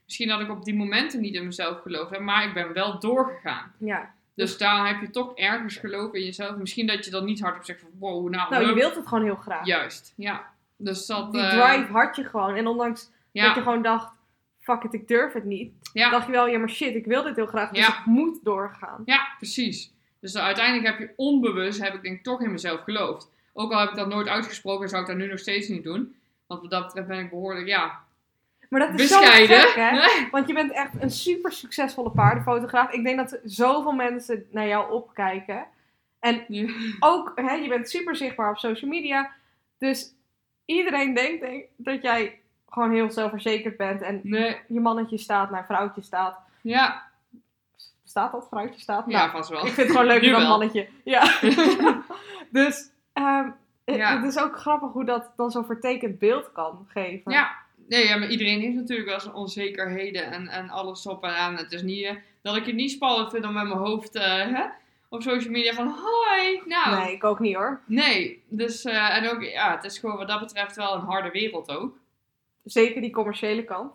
misschien dat ik op die momenten niet in mezelf geloofd heb, maar ik ben wel doorgegaan. Ja. Dus daar heb je toch ergens geloof in jezelf. Misschien dat je dan niet hardop zegt van wow, Nou, je wilt het gewoon heel graag. Juist, ja. Dus dat... Die drive had je gewoon. En ondanks dat je gewoon dacht, fuck it, ik durf het niet. Ja. Dacht je wel, ja maar shit, ik wil dit heel graag, dus Ja. ik moet doorgaan. Ja, precies. Dus uiteindelijk heb je onbewust, heb ik denk ik toch in mezelf geloofd. Ook al heb ik dat nooit uitgesproken, zou ik dat nu nog steeds niet doen. Want wat dat betreft ben ik behoorlijk, Maar dat is zo bescheiden. gek, hè? Want je bent echt een super succesvolle paardenfotograaf. Ik denk dat zoveel mensen naar jou opkijken. En Ja. ook, hè, je bent super zichtbaar op social media. Dus iedereen denkt dat jij gewoon heel zelfverzekerd bent. En Nee, je mannetje staat, vrouwtje staat. ja. Staat dat? Vrouwtje staat? Ja, vast wel. Ik vind het gewoon leuker Nu dan wel. mannetje. Ja. Dus Ja. het is ook grappig hoe dat dan zo'n vertekend beeld kan geven. Ja. Nee, ja, maar iedereen heeft natuurlijk wel zijn onzekerheden en alles op en aan. Het is niet dat ik het niet spannend vind om met mijn hoofd op social media van hoi. Nou, Nee, ik ook niet hoor. nee. Dus, en ook, het is gewoon wat dat betreft wel een harde wereld ook. Zeker die commerciële kant.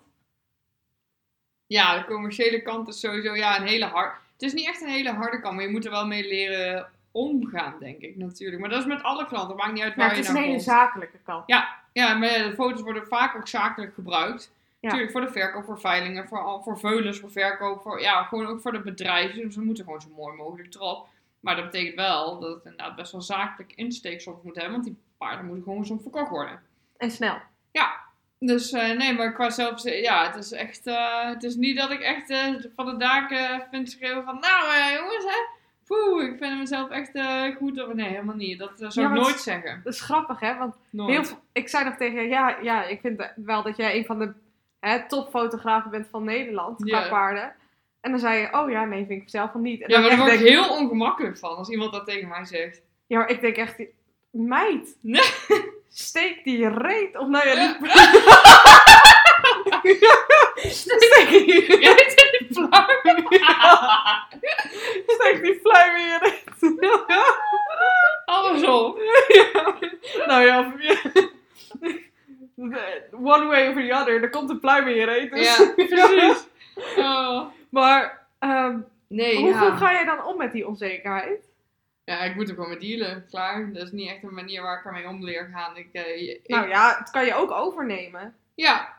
Ja, de commerciële kant is sowieso een hele harde... Het is niet echt een hele harde kant, maar je moet er wel mee leren omgaan, denk ik natuurlijk. Maar dat is met alle klanten, maakt niet uit waar Maar het je is naar een hele komt. zakelijke kant. Ja, maar de foto's worden vaak ook zakelijk gebruikt. Ja. Natuurlijk voor de verkoop, voor veilingen, voor veulens, voor verkoop, gewoon ook voor de bedrijven. Dus we moeten gewoon zo mooi mogelijk erop. Maar dat betekent wel dat het inderdaad best wel zakelijk insteek soms moet hebben, want die paarden moeten gewoon soms verkocht worden. En snel. Dus nee, maar qua zelf, het is echt, het is niet dat ik echt van de daken vind schreeuwen van, nou jongens ik vind mezelf echt goed. Of nee, helemaal niet. Dat zou Ja, ik maar nooit zeggen. Dat is grappig, hè? Want Nooit. ik zei nog tegen je, ja, ik vind wel dat jij een van de topfotografen bent van Nederland qua Ja. paarden. En dan zei je, oh ja, nee, vind ik zelf van niet. En Ja, dan maar daar echt word ik denk heel ongemakkelijk van als iemand dat tegen mij zegt. ja, maar ik denk echt, meid, Nee. steek die reet. Of nou ja, die... Jij bent in de pluim. steek die pluim in je reet. Andersom. Nou ja, one way or the other, er komt een pluim in je reet. Dus. Ja, precies. Oh. Maar Nee, hoe ga jij dan om met die onzekerheid? Ja, ik moet er gewoon mee dealen. Klaar. Dat is niet echt een manier waar ik ermee om leer gaan. Nou ja, het kan je ook overnemen. Ja.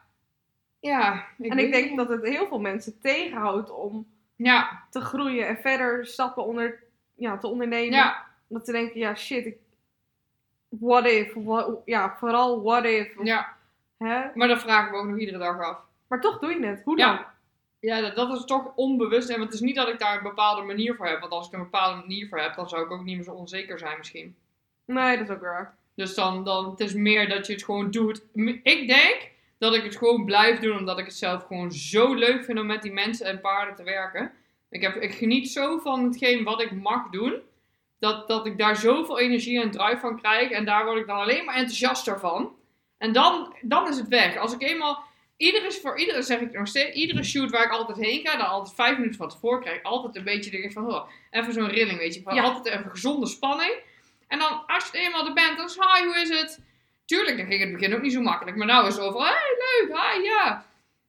En ik denk dat het heel veel mensen tegenhoudt om Ja. te groeien en verder stappen te ondernemen. Ja. Dat ze denken, ja shit, what if? Vooral what if. Ja. Hè? Maar dat vragen we ook nog iedere dag af. Maar toch doe je het. Hoe dan? Ja, dat is toch onbewust. En het is niet dat ik daar een bepaalde manier voor heb. Want als ik een bepaalde manier voor heb, dan zou ik ook niet meer zo onzeker zijn misschien. Nee, dat is ook waar. Dus dan het is meer dat je het gewoon doet. Ik denk dat ik het gewoon blijf doen, omdat ik het zelf gewoon zo leuk vind om met die mensen en paarden te werken. Ik geniet zo van hetgeen wat ik mag doen, dat ik daar zoveel energie en drive van krijg. En daar word ik dan alleen maar enthousiaster van. En dan is het weg. Als ik eenmaal... zeg ik nog steeds, iedere shoot waar ik altijd heen ga, dan altijd 5 minuten van tevoren krijg ik altijd een beetje denk ik van, even zo'n rilling, weet je. Van altijd even gezonde spanning. En dan, als je eenmaal er bent, dan is hi, hoe is het? Tuurlijk, dan ging het begin ook niet zo makkelijk. Maar nou is het overal, hey, leuk, hi, ja.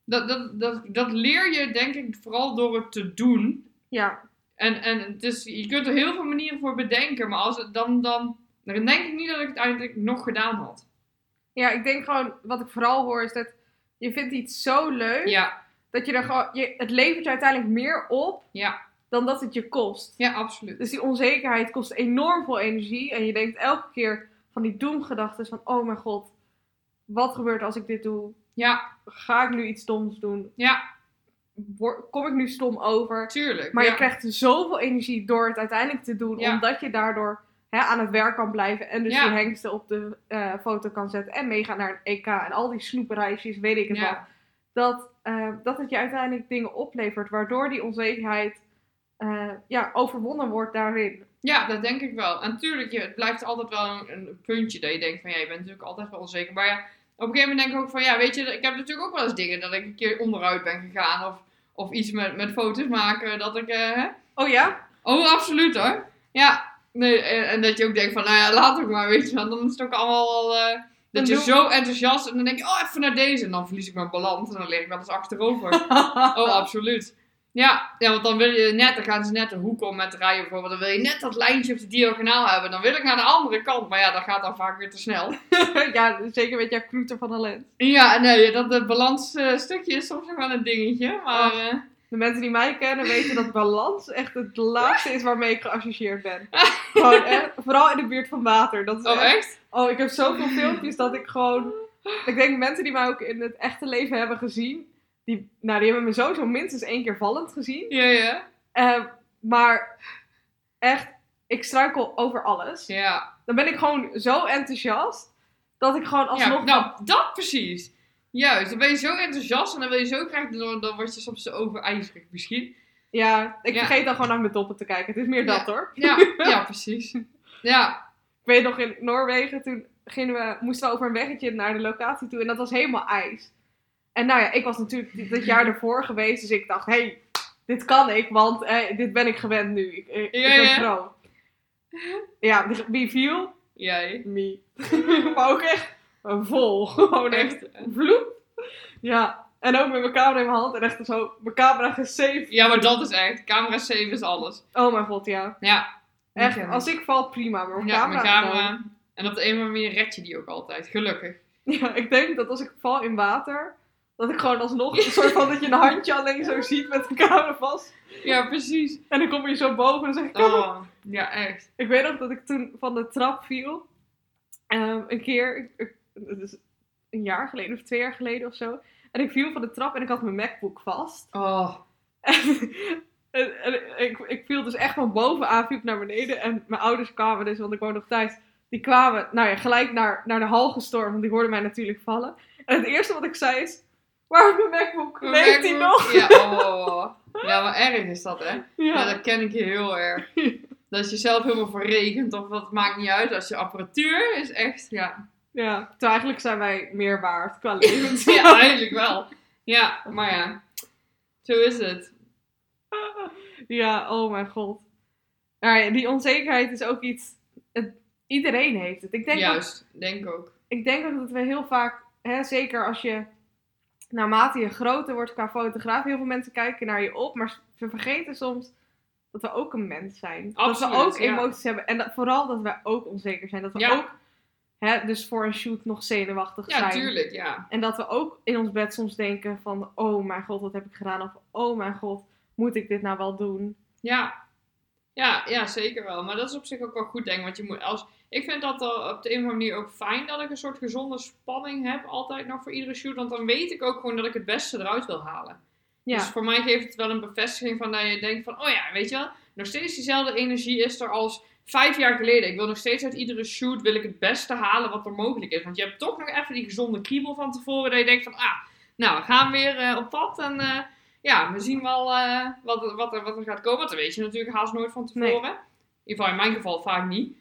Dat leer je, denk ik, vooral door het te doen. Ja. En het is, je kunt er heel veel manieren voor bedenken, maar als het dan denk ik niet dat ik het eigenlijk nog gedaan had. Ja, ik denk gewoon, wat ik vooral hoor is dat je vindt iets zo leuk, Ja, dat je er gewoon, het levert je uiteindelijk meer op ja, dan dat het je kost. ja, absoluut. Dus die onzekerheid kost enorm veel energie. En je denkt elke keer van die doemgedachten van, oh mijn god, wat gebeurt als ik dit doe? Ja, Ga ik nu iets stoms doen? ja, Kom ik nu stom over? tuurlijk. Maar ja. je krijgt zoveel energie door het uiteindelijk te doen, Ja. omdat je daardoor aan het werk kan blijven en dus Ja. je hengsten op de foto kan zetten en meegaan naar een EK en al die snoepreisjes, weet ik het Ja. wel. Dat het je uiteindelijk dingen oplevert, waardoor die onzekerheid overwonnen wordt daarin. Ja, dat denk ik wel. En natuurlijk, het blijft altijd wel een puntje dat je denkt van, ja, je bent natuurlijk altijd wel onzeker. Maar ja, op een gegeven moment denk ik ook van, ja, weet je, ik heb natuurlijk ook wel eens dingen dat ik een keer onderuit ben gegaan of iets met foto's maken, dat ik, Oh ja? Oh, absoluut hoor. Ja, nee, en dat je ook denkt van, nou ja, laat ook maar, weet je wel. Dan is het ook allemaal wel, Dat je zo enthousiast en dan denk je, oh, even naar deze. En dan verlies ik mijn balans en dan lig ik wel eens achterover. Oh, absoluut. Ja, want dan wil je net, dan gaan ze net de hoek om met rijden bijvoorbeeld. Dan wil je net dat lijntje op de diagonaal hebben. Dan wil ik naar de andere kant. Maar ja, dat gaat dan vaak weer te snel. Ja, zeker met jouw knoeter van de lens. Ja, nee, dat balansstukje is soms nog wel een dingetje. Maar... De mensen die mij kennen weten dat balans echt het laatste is waarmee ik geassocieerd ben. Gewoon echt, vooral in de buurt van water. Dat is echt? Oh, ik heb zoveel filmpjes dat ik gewoon... Ik denk mensen die mij ook in het echte leven hebben gezien... Die hebben me sowieso minstens 1 keer vallend gezien. Ja. Maar echt, ik struikel over alles. Ja. Dan ben ik gewoon zo enthousiast... Dat ik gewoon alsnog... Ja, nou, dat precies. Juist, dan ben je zo enthousiast en dan wil je zo graag, dan word je soms zo overijzerig misschien. Ja, ik vergeet dan gewoon naar mijn doppen te kijken. Het is meer dat hoor. Ja, precies. Ja. Ik weet nog in Noorwegen, toen moesten we over een weggetje naar de locatie toe en dat was helemaal ijs. En nou ja, ik was natuurlijk dit jaar ervoor geweest, dus ik dacht, hey, dit kan ik, want dit ben ik gewend nu. Ik ben pro. Ja, wie viel? Jij. Me. Maar ook echt vol. Gewoon echt vloep. Ja, en ook met mijn camera in mijn hand en echt zo mijn camera gesaved. Ja, maar dat is echt. Camera save is alles. Oh mijn god, ja. Ja. Echt, als ik val, prima. Maar mijn camera. En op de een of andere manier red je die ook altijd. Gelukkig. Ja, ik denk dat als ik val in water, dat ik gewoon alsnog een soort van dat je een handje alleen zo ziet met de camera vast. Ja, precies. En dan kom je zo boven en dan zeg ik... Oh, ja, echt. Ik weet nog dat ik toen van de trap viel. Een keer, dus een jaar geleden of 2 jaar geleden of zo. En ik viel van de trap en ik had mijn MacBook vast. Oh. En ik viel dus echt van bovenaan, viel naar beneden. En mijn ouders kwamen dus, want ik woon nog thuis. Die kwamen, gelijk naar de hal gestormd. Want die hoorden mij natuurlijk vallen. En het eerste wat ik zei is... Waar is mijn MacBook? Leeft die nog? Ja, ja, maar erg is dat, hè? Ja, dat ken ik je heel erg. Dat je zelf helemaal verrekent, of wat maakt niet uit. Als je apparatuur is echt, ja. Ja, terwijl eigenlijk zijn wij meer waard qua leven. Ja, eigenlijk wel. Ja, maar ja. Zo is het. Ja, oh mijn god. Maar die onzekerheid is ook iets... Iedereen heeft het. Denk ook. Ik denk ook dat we heel vaak, zeker als je... Naarmate je groter wordt qua fotograaf, heel veel mensen kijken naar je op. Maar ze vergeten soms dat we ook een mens zijn. Absoluut, dat we ook emoties hebben. En vooral dat we ook onzeker zijn. Dat we ook, dus voor een shoot nog zenuwachtig zijn. Ja, tuurlijk, ja. En dat we ook in ons bed soms denken van... Oh mijn god, wat heb ik gedaan? Of oh mijn god, moet ik dit nou wel doen? Ja, zeker wel. Maar dat is op zich ook wel goed, denk ik. Want je moet ik vind dat op de een of andere manier ook fijn dat ik een soort gezonde spanning heb. Altijd nog voor iedere shoot. Want dan weet ik ook gewoon dat ik het beste eruit wil halen. Ja. Dus voor mij geeft het wel een bevestiging van dat je denkt van... Oh ja, weet je wel. Nog steeds diezelfde energie is er als 5 jaar geleden. Ik wil nog steeds uit iedere shoot wil ik het beste halen wat er mogelijk is. Want je hebt toch nog even die gezonde kriebel van tevoren. Dat je denkt van... Nou, we gaan weer op pad. En we zien wel wat er gaat komen. Want dat weet je natuurlijk haast nooit van tevoren. Nee. In ieder geval in mijn geval vaak niet.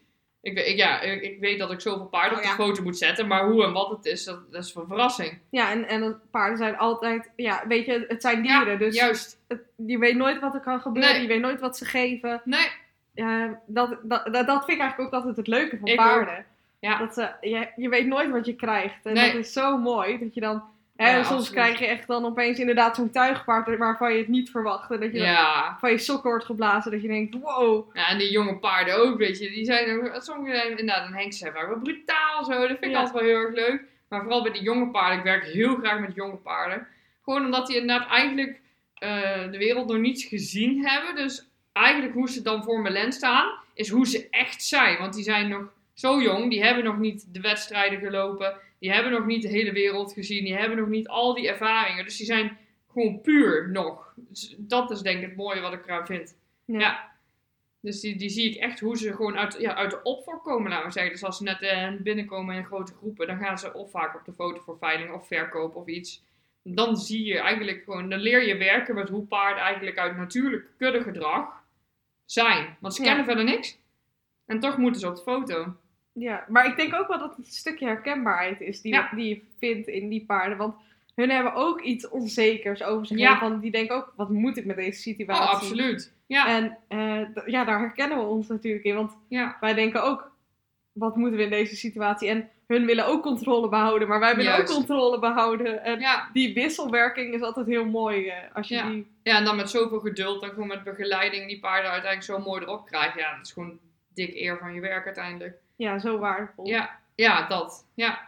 Ik weet dat ik zoveel paarden op de foto moet zetten. Maar hoe en wat het is, dat is een verrassing. Ja, en paarden zijn altijd... Ja, weet je, het zijn dieren. Ja, dus juist. Je weet nooit wat er kan gebeuren. Nee. Je weet nooit wat ze geven. Nee. Dat vind ik eigenlijk ook altijd het leuke van paarden. Ook. Ja. Dat je weet nooit wat je krijgt. En dat is zo mooi. Dat je dan... soms absoluut. krijg je echt dan opeens inderdaad zo'n tuigpaard waarvan je het niet verwacht. En dat je dan van je sokken wordt geblazen. Dat je denkt, wow. Ja, en die jonge paarden ook, weet je. Die zijn sommige zijn inderdaad, een hengst zijn vaak wel brutaal zo. Dat vind ik altijd wel heel erg leuk. Maar vooral bij die jonge paarden. Ik werk heel graag met jonge paarden. Gewoon omdat die inderdaad eigenlijk de wereld nog niets gezien hebben. Dus eigenlijk hoe ze dan voor mijn lens staan, is hoe ze echt zijn. Want die zijn nog zo jong. Die hebben nog niet de wedstrijden gelopen. Die hebben nog niet de hele wereld gezien. Die hebben nog niet al die ervaringen. Dus die zijn gewoon puur nog. Dus dat is denk ik het mooie wat ik eraan vind. Ja. Dus die zie ik echt hoe ze gewoon uit de opvolg komen, laten we zeggen. Dus als ze net binnenkomen in grote groepen, dan gaan ze of vaak op de foto voor veiling of verkoop of iets. Dan zie je eigenlijk gewoon, dan leer je werken met hoe paarden eigenlijk uit natuurlijk kuddegedrag zijn. Want ze kennen verder niks. En toch moeten ze op de foto. Ja, maar ik denk ook wel dat het een stukje herkenbaarheid is die je vindt in die paarden. Want hun hebben ook iets onzekers over zich heen. Van, die denken ook, wat moet ik met deze situatie? Oh, absoluut. Ja. En daar herkennen we ons natuurlijk in. Want wij denken ook, wat moeten we in deze situatie? En hun willen ook controle behouden, maar wij willen Juist. ook controle behouden. En Ja. die wisselwerking is altijd heel mooi. Als je die... Ja, en dan met zoveel geduld en gewoon met begeleiding die paarden uiteindelijk zo mooi erop krijgen. Ja, dat is gewoon dik eer van je werk uiteindelijk. Ja, zo waardevol. Ja, dat.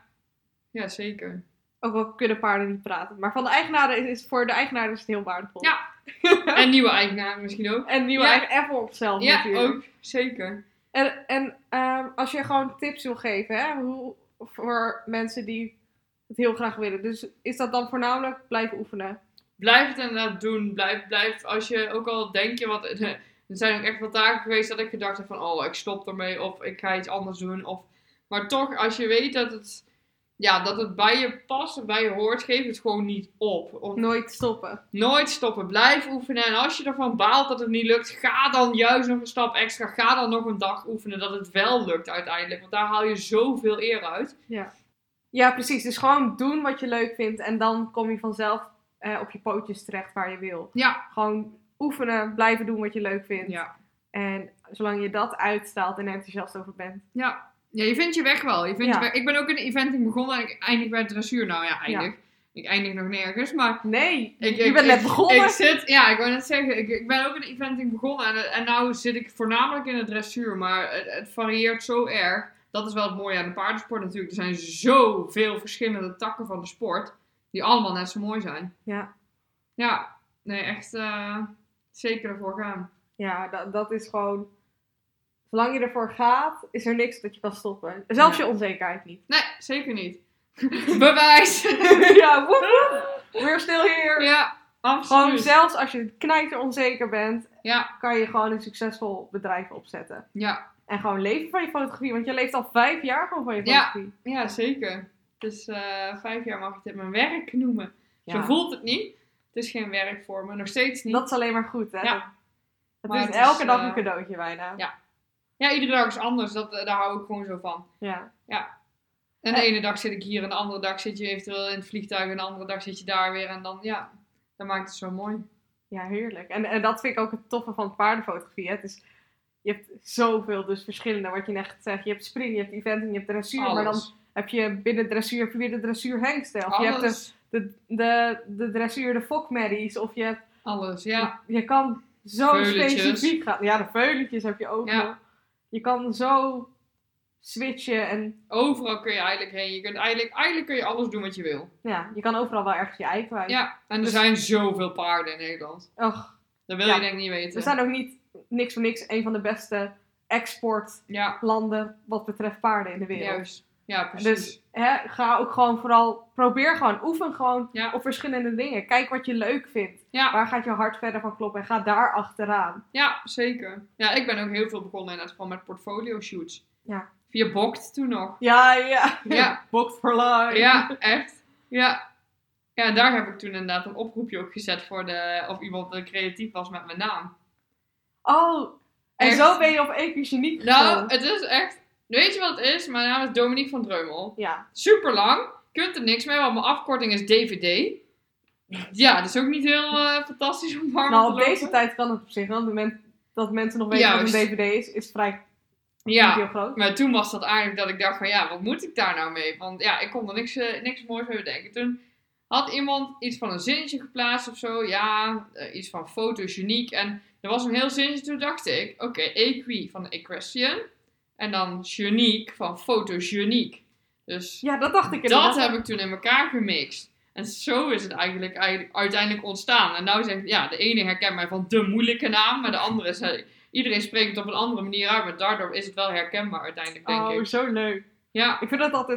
Ja, zeker. Ook al kunnen paarden niet praten. Maar van de eigenaren voor de eigenaren is het heel waardevol. Ja. En nieuwe eigenaren misschien ook. En nieuwe eigen even op zelf Ja, natuurlijk. ook. Zeker. En als je gewoon tips wil geven, hè, voor mensen die het heel graag willen. Dus is dat dan voornamelijk blijven oefenen? Blijf het inderdaad doen. Blijf als je ook al denk je wat... Er zijn ook echt wel dagen geweest dat ik gedacht heb van... Oh, ik stop ermee. Of ik ga iets anders doen. Maar toch, als je weet dat het bij je past en bij je hoort, geef het gewoon niet op. Of Nooit stoppen. nooit stoppen. Blijf oefenen. En als je ervan baalt dat het niet lukt, ga dan juist nog een stap extra. Ga dan nog een dag oefenen dat het wel lukt uiteindelijk. Want daar haal je zoveel eer uit. Ja, precies. Dus gewoon doen wat je leuk vindt. En dan kom je vanzelf op je pootjes terecht waar je wil. Ja. Gewoon oefenen, blijven doen wat je leuk vindt. Ja. En zolang je dat uitstaalt en enthousiast over bent. Ja, je vindt je weg wel. Je vindt je weg. Ik ben ook in de eventing begonnen en ik eindig bij dressuur. Nou ja, eindig. Ik eindig nog nergens, maar... Nee, je bent net begonnen. Ik wou net zeggen, ik ben ook in de eventing begonnen en nou zit ik voornamelijk in de dressuur, maar het varieert zo erg. Dat is wel het mooie aan de paardensport natuurlijk. Er zijn zoveel verschillende takken van de sport, die allemaal net zo mooi zijn. Ja. Ja, nee, echt zeker ervoor gaan. Ja, dat is gewoon... Zolang je ervoor gaat, is er niks dat je kan stoppen. Zelfs je onzekerheid niet. Nee, zeker niet. Bewijs! Ja, woep. Weer stil hier. Ja, absoluut. Gewoon zelfs als je knijter onzeker bent, Ja. kan je gewoon een succesvol bedrijf opzetten. Ja. En gewoon leven van je fotografie, want je leeft al 5 jaar gewoon van je fotografie. Ja, zeker. Dus 5 jaar mag ik dit mijn werk noemen. Ja. Zo voelt het niet. Het is geen werk voor me, nog steeds niet. Dat is alleen maar goed, hè? Ja. Het Maar is het elke is, dag een cadeautje bijna. Ja, iedere dag is anders. Daar hou ik gewoon zo van. Ja. En de ene dag zit ik hier en de andere dag zit je eventueel in het vliegtuig en de andere dag zit je daar weer. En dan, dat maakt het zo mooi. Ja, heerlijk. En dat vind ik ook het toffe van paardenfotografie. Hè? Je hebt zoveel dus verschillende, wat je net zegt. Je hebt spring, je hebt eventing, je hebt dressuur. Alles. Maar dan heb je binnen dressuur heb je weer de dressuur-hengsten. Of je hebt Alles. de dressuur, de fokmerries. Of je hebt... Alles, ja. Je kan zo Veuletjes. specifiek gaan. Ja, de veuletjes heb je ook Ja. nog. Je kan zo switchen en Overal kun je eigenlijk heen. Je kunt eigenlijk kun je alles doen wat je wil. ja, je kan overal wel ergens je ei kwijt. Ja, en er Dus- zijn zoveel paarden in Nederland. Och, Dat wil Ja. je denk ik niet weten. we zijn ook niet niks voor niks een van de beste exportlanden Ja, wat betreft paarden in de wereld. juist. Ja, precies. Dus ga ook gewoon vooral, oefen gewoon Ja. op verschillende dingen. Kijk wat je leuk vindt. Ja. Waar gaat je hart verder van kloppen en ga daar achteraan. Ja, zeker. Ja, ik ben ook heel veel begonnen inderdaad gewoon met portfolio shoots. Ja. Via Bokt toen nog. Ja. Ja. Booked for life. Ja, echt. Ja. Ja, en daar heb ik toen inderdaad een oproepje op gezet voor of iemand creatief was met mijn naam. Oh, en Echt? zo ben je op Epigeniek Nou, gekomen. het is echt... Weet je wat het is? Mijn naam is Dominique van Dreumel. Ja. Super lang. Kunt er niks mee, want mijn afkorting is DVD. Ja, dat is ook niet heel fantastisch om warm Nou, te op lopen. deze tijd kan het op zich, want dat mensen nog weten Juist. wat een DVD is vrij niet Ja, heel groot. maar toen was dat eigenlijk dat ik dacht van ja, wat moet ik daar nou mee? Want ja, ik kon er niks moois mee bedenken. Toen had iemand iets van een zinnetje geplaatst of zo. Ja, iets van fotogeniek. En er was een heel zinnetje. Toen dacht ik, oké, equi van equestrian. En dan geniek van fotogeniek. Dus Ja, dat dacht ik dat inderdaad. heb ik toen in elkaar gemixt. En zo is het eigenlijk uiteindelijk ontstaan. En nou zegt, ja, de ene herkent mij van de moeilijke naam. Maar de andere is, iedereen spreekt het op een andere manier uit. Maar daardoor is het wel herkenbaar uiteindelijk, denk Oh, ik. zo leuk. Ja, Ik vind dat altijd...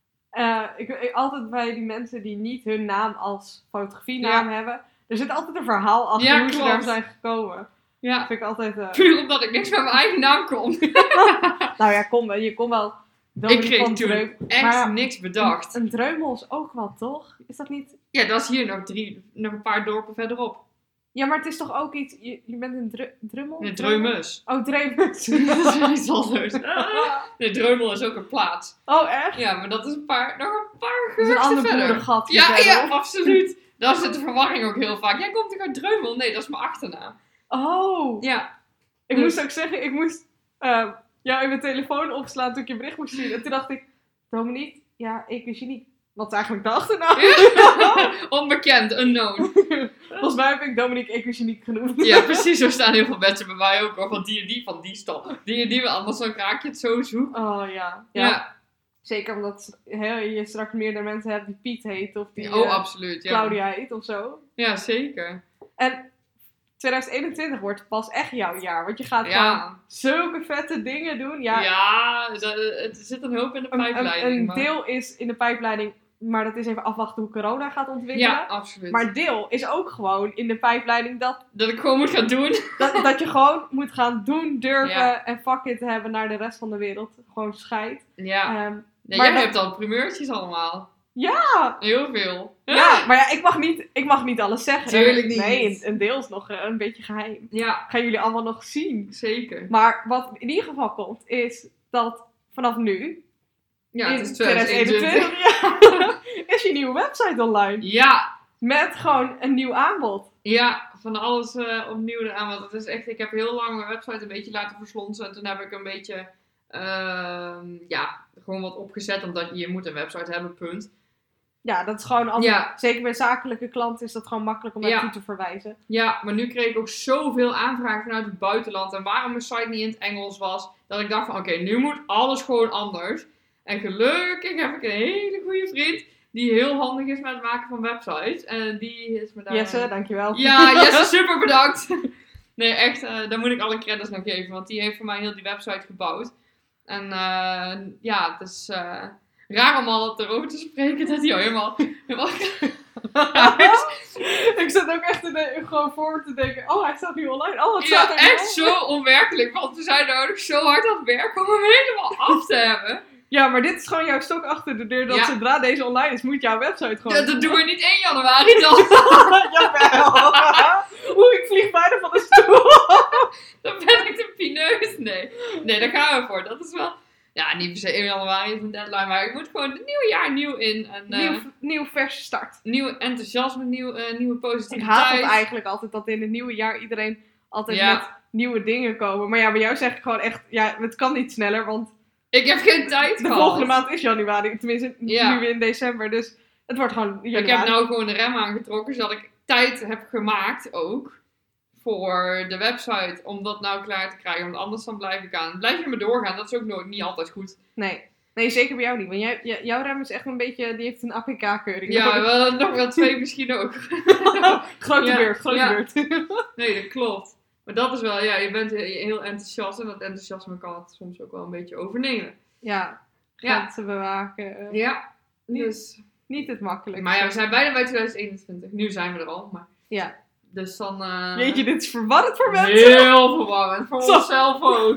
altijd bij die mensen die niet hun naam als fotografienaam hebben. Er zit altijd een verhaal achter Ja, hoe ze klopt. daar zijn gekomen. Dat ja. vind ik altijd... Puur omdat ik niks met mijn eigen naam kon. Nou ja, je kon wel... Ik Dominique kreeg van toen Dreum. echt Maar niks bedacht. Een dreumel is ook wel, toch? Is dat niet... Ja, dat is hier nog een paar dorpen verderop. Ja, maar het is toch ook iets... Je bent een drummel? De Dreumes. Oh, Dreumes. Dat is iets anders. De Dreumel is ook een plaats. Oh, echt? Ja, maar dat is nog een paar Dat is een gehuchten ander verder. boerengat. Ja, verderop. ja, absoluut. Daar zit de verwarring ook heel vaak. Jij komt toch uit Dreumel? Nee, dat is mijn achternaam. Oh. Ja. Ik Dus- moest ook zeggen, jou in mijn telefoon opslaan toen ik je bericht moest zien. En toen dacht ik, Dominique, ja, Equigeniek. Wat eigenlijk de achternaam? Onbekend, unknown. Volgens mij heb ik Dominique Equigeniek genoemd. Ja, precies. Zo staan heel veel mensen bij mij ook. Van die van die stad. Die allemaal zo'n kraakje het zo zoeken. Oh ja. Ja. Zeker omdat je straks meerdere mensen hebt die Piet heet. Of die Absoluut. Ja. Claudia heet of zo. Ja, zeker. En 2021 wordt pas echt jouw jaar. Want je gaat gewoon zulke vette dingen doen. Ja, er zit een hoop in de pijpleiding. Een deel is in de pijpleiding. Maar dat is even afwachten hoe corona gaat ontwikkelen. Ja, absoluut. Maar deel is ook gewoon in de pijpleiding dat ik gewoon moet gaan doen. Dat je gewoon moet gaan doen, durven en fuck it hebben naar de rest van de wereld. Gewoon scheid. Ja. Maar jij hebt al primeurtjes allemaal. Ja! Heel veel. Ja, maar ja, ik mag niet alles zeggen. Tuurlijk niet. Nee, een deel is nog een beetje geheim. Ja. Gaan jullie allemaal nog zien. Zeker. Maar wat in ieder geval komt, is dat vanaf nu... Ja, het in is 2021. Is je nieuwe website online. Ja. Met gewoon een nieuw aanbod. Ja, van alles opnieuw eraan. Want het is echt, ik heb heel lang mijn website een beetje laten verslonsen. En toen heb ik een beetje, gewoon wat opgezet. Omdat je moet een website hebben, punt. Ja, dat is gewoon altijd, zeker bij zakelijke klanten is dat gewoon makkelijk om naartoe te verwijzen. Ja, maar nu kreeg ik ook zoveel aanvragen vanuit het buitenland. En waarom mijn site niet in het Engels was. Dat ik dacht van, oké, nu moet alles gewoon anders. En gelukkig heb ik een hele goede vriend die heel handig is met het maken van websites. En die is me daar... Jesse, dankjewel. Ja, Jesse, super bedankt. Nee, echt, daar moet ik alle credits nog geven. Want die heeft voor mij heel die website gebouwd. En het is raar om al erover te spreken dat hij al helemaal Ik zat ook echt gewoon voor te denken, oh, hij staat nu online. Oh, wat ja, staat er echt zo onwerkelijk. Want we zijn er ook zo hard aan het werken om hem helemaal af te hebben. Ja, maar dit is gewoon jouw stok achter de deur. Dat zodra deze online is, moet jouw website gewoon... Ja, dat doen we niet 1 januari dan. Jawel. Ik vlieg bijna van de stoel. Dan ben ik de pineus. Nee, daar gaan we voor. Dat is wel... Ja, niet per se 1 januari is een deadline. Maar ik moet gewoon het nieuwe jaar nieuw in. En, nieuw verse start. Nieuw enthousiasme, nieuwe positiviteit. Ik haat het eigenlijk altijd dat in het nieuwe jaar iedereen altijd met nieuwe dingen komen. Maar ja, bij jou zeg ik gewoon echt... Ja, het kan niet sneller, want... Ik heb geen tijd gehad. De volgende maand is januari. Tenminste, nu in december. Dus het wordt gewoon januari. Ik heb nou gewoon de rem aangetrokken. Zodat ik tijd heb gemaakt ook. Voor de website. Om dat nou klaar te krijgen. Want anders dan blijf ik aan. Blijf je maar doorgaan. Dat is ook niet altijd goed. Nee, zeker bij jou niet. Want jouw rem is echt een beetje... Die heeft een APK-keuring. Ja, nog wel 2 misschien ook. Grote beurt. Nee, dat klopt. Maar dat is wel, je bent heel enthousiast en dat enthousiasme kan het soms ook wel een beetje overnemen. Ja, grenzen bewaken. Ja, dus niet het makkelijkste. Maar ja, we zijn bijna bij 2021. Nu zijn we er al, maar... Ja. Dus dan... Jeetje, dit is verwarrend voor mensen. Heel verwarrend, voor onszelf ook.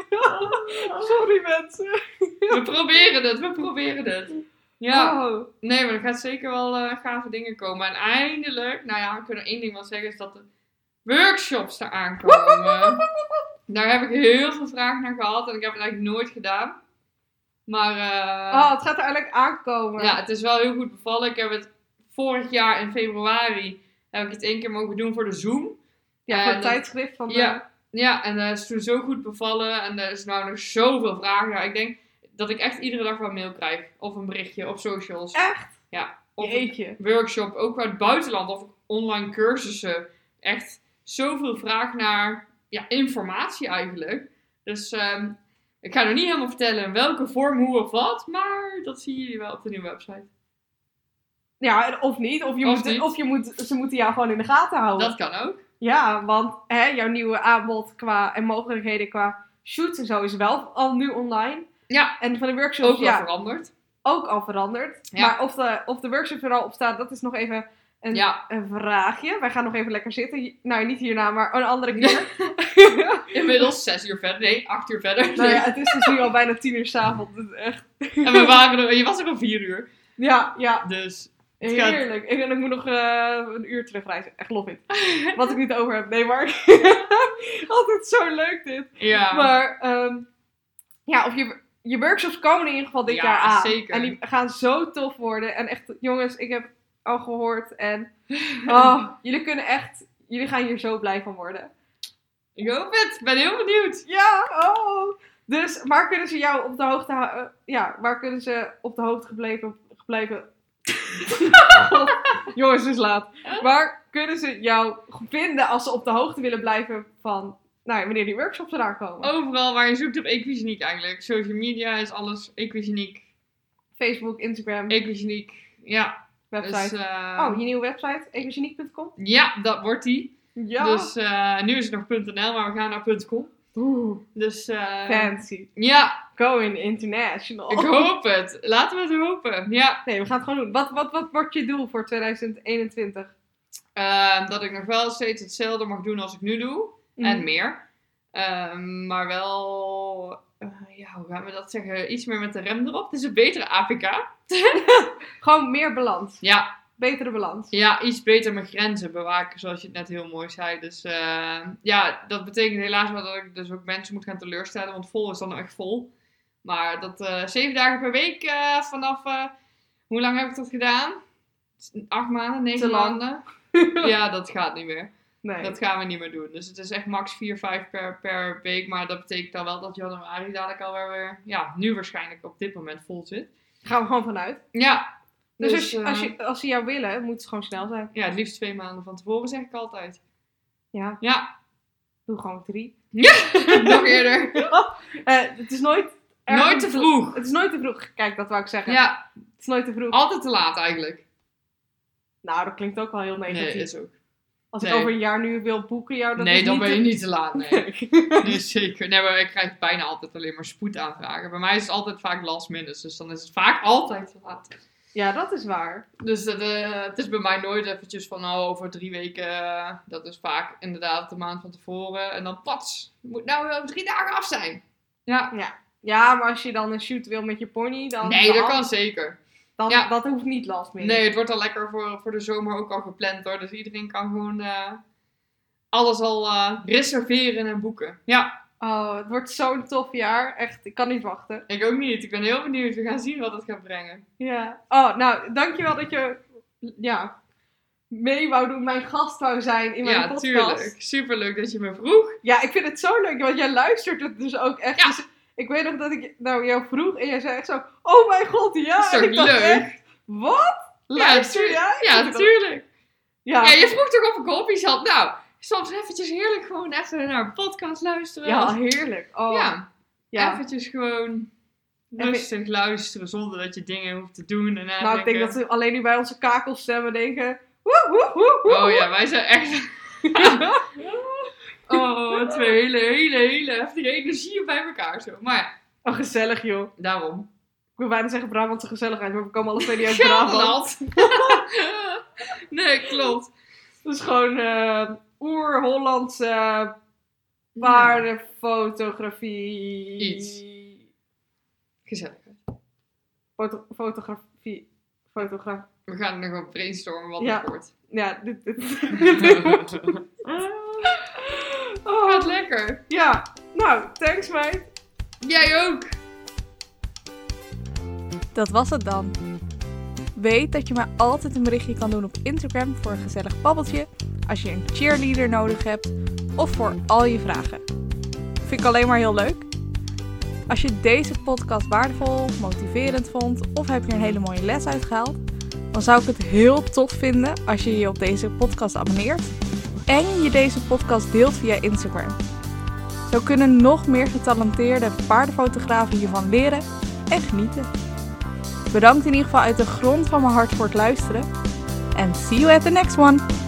Sorry mensen. We proberen het. Ja. Oh. Nee, maar er gaat zeker wel gave dingen komen. En eindelijk, we kunnen 1 ding wel zeggen, is dat de workshops eraan komen. Daar heb ik heel veel vragen naar gehad en ik heb het eigenlijk nooit gedaan. Maar... het gaat er eigenlijk aankomen. Ja, het is wel heel goed bevallen. Ik heb het vorig jaar in februari, heb ik het 1 keer mogen doen voor de Zoom. Ja, voor het tijdschrift van de... Ja, en dat is toen zo goed bevallen en er is nou nog zoveel vragen naar. Ik denk dat ik echt iedere dag wel een mail krijg. Of een berichtje op socials. Echt? Ja. Of een workshop, ook uit het buitenland of online cursussen. Echt zoveel vraag naar informatie eigenlijk. Dus ik ga nog niet helemaal vertellen in welke vorm, hoe of wat. Maar dat zien jullie wel op de nieuwe website. Ja, of niet. Ze moeten jou gewoon in de gaten houden. Dat kan ook. Ja, want jouw nieuwe aanbod en mogelijkheden qua shoots en zo is wel al nu online. Ja. En van de workshops... Ook al veranderd. Ook al veranderd. Ja. Maar of de workshop er al op staat, dat is nog even een vraagje. Wij gaan nog even lekker zitten. Nou, niet hierna, maar een andere keer. Inmiddels 6 uur verder. Nee, 8 uur verder. Nou ja, het is dus nu al bijna 10 uur 's avonds. Echt. En je was er al 4 uur. Ja. Dus... Heerlijk. En ik moet nog 1 uur terugreizen. Echt love it. Wat ik niet over heb. Nee, maar... Altijd zo leuk dit. Ja. Maar... of je workshops komen in ieder geval dit jaar aan. Zeker. En die gaan zo tof worden. En echt, jongens, ik heb al gehoord. En jullie gaan hier zo blij van worden. Ik hoop het. Ik ben heel benieuwd. Ja, Dus waar kunnen ze jou op de hoogte waar kunnen ze op de hoogte gebleven... Jongens, het is laat. Waar kunnen ze jou vinden als ze op de hoogte willen blijven van wanneer die workshops eraan komen? Overal waar je zoekt op Equigeniek eigenlijk. Social media is alles Equigeniek. Facebook, Instagram, Equigeniek, ja. website. Dus, je nieuwe website, equigeniek.com? Ja, dat wordt die. Ja. Dus nu is het nog .nl, maar we gaan naar .com. Oeh, Dus fancy. ja, Going international. ik hoop het. Laten we het hopen. Ja. Nee, we gaan het gewoon doen. Wat wordt je doel voor 2021? Dat ik nog wel steeds hetzelfde mag doen als ik nu doe. En meer. Maar wel, hoe gaan we dat zeggen? Iets meer met de rem erop. Het is een betere APK. Gewoon meer balans. Ja. Betere balans. Ja, iets beter mijn grenzen bewaken, zoals je het net heel mooi zei. Dus dat betekent helaas wel dat ik dus ook mensen moet gaan teleurstellen. Want vol is dan echt vol. Maar dat 7 dagen per week vanaf... hoe lang heb ik dat gedaan? 8 maanden, 9 Te lang. maanden? Ja, dat gaat niet meer. Nee. Dat gaan we niet meer doen. Dus het is echt max 4, 5 per week. Maar dat betekent dan wel dat januari dadelijk alweer weer... nu waarschijnlijk op dit moment vol zit. Gaan we gewoon vanuit. Ja. Dus als ze jou willen, moet het gewoon snel zijn. Ja, het liefst 2 maanden van tevoren, zeg ik altijd. Ja. Ja. Doe gewoon 3. Ja, nog eerder. Het is nooit... Nooit te vroeg. Het is nooit te vroeg. Kijk, dat wou ik zeggen. Ja. Het is nooit te vroeg. Altijd te laat eigenlijk. Nou, dat klinkt ook wel heel negatief. Nee, is ook. Als ik over een jaar nu wil boeken jou, dat nee, is dan niet ben je niet te laat. Nee. Nee, zeker. Nee, maar ik krijg bijna altijd alleen maar spoedaanvragen. Bij mij is het altijd vaak last minute. Dus dan is het vaak altijd te laat. Ja, dat is waar. Dus het is bij mij nooit eventjes van over 3 weken. Dat is vaak inderdaad de maand van tevoren. En dan pats. Het moet nou wel 3 dagen af zijn. Ja. Ja, maar als je dan een shoot wil met je pony, dan... Nee, dat kan zeker. Dan, Ja. Dat hoeft niet last minute. Nee, het wordt al lekker voor de zomer ook al gepland hoor. Dus iedereen kan gewoon alles al reserveren en boeken. Ja. Oh, het wordt zo'n tof jaar. Echt, ik kan niet wachten. Ik ook niet. Ik ben heel benieuwd. We gaan zien wat het gaat brengen. Ja. Oh, nou, dankjewel dat je mee wou doen, mijn gast wou zijn in mijn podcast. Tuurlijk. Superleuk dat je me vroeg. Ja, ik vind het zo leuk, want jij luistert het dus ook echt. Ja. Dus ik weet nog dat ik jou vroeg en jij zei echt zo, oh mijn god, ja. Dat is toch en ik dacht leuk? echt, wat? Luister jij? Ja, natuurlijk. Ja. Ja, je vroeg toch of ik hobby's had. Nou, soms eventjes heerlijk gewoon even naar een podcast luisteren. Ja, heerlijk. Oh. Ja. Eventjes gewoon rustig luisteren zonder dat je dingen hoeft te doen. En nou, ik denk dat ze alleen nu bij onze kakelstemmen denken, woe, woe, woe, woe. Oh ja, wij zijn echt... Oh, 2 hele heftige energieën bij elkaar zo. Maar ja. Oh, gezellig joh. Daarom. Ik wil bijna zeggen Brabantse gezelligheid, maar we komen alle twee niet uit Brabant. Nee, klopt. Dus gewoon oer-Hollandse paardenfotografie. Iets. Gezelligheid. Fotografie. We gaan nog wel brainstormen wat Ja. het wordt. Ja, dit. Gaat lekker. Ja, nou, thanks meid. Jij ook. Dat was het dan. Weet dat je mij altijd een berichtje kan doen op Instagram voor een gezellig babbeltje, als je een cheerleader nodig hebt of voor al je vragen. Vind ik alleen maar heel leuk. Als je deze podcast waardevol, motiverend vond of heb je een hele mooie les uitgehaald, dan zou ik het heel tof vinden als je je op deze podcast abonneert en je deze podcast deelt via Instagram. Zo kunnen nog meer getalenteerde paardenfotografen hiervan leren en genieten. Bedankt in ieder geval uit de grond van mijn hart voor het luisteren. En see you at the next one!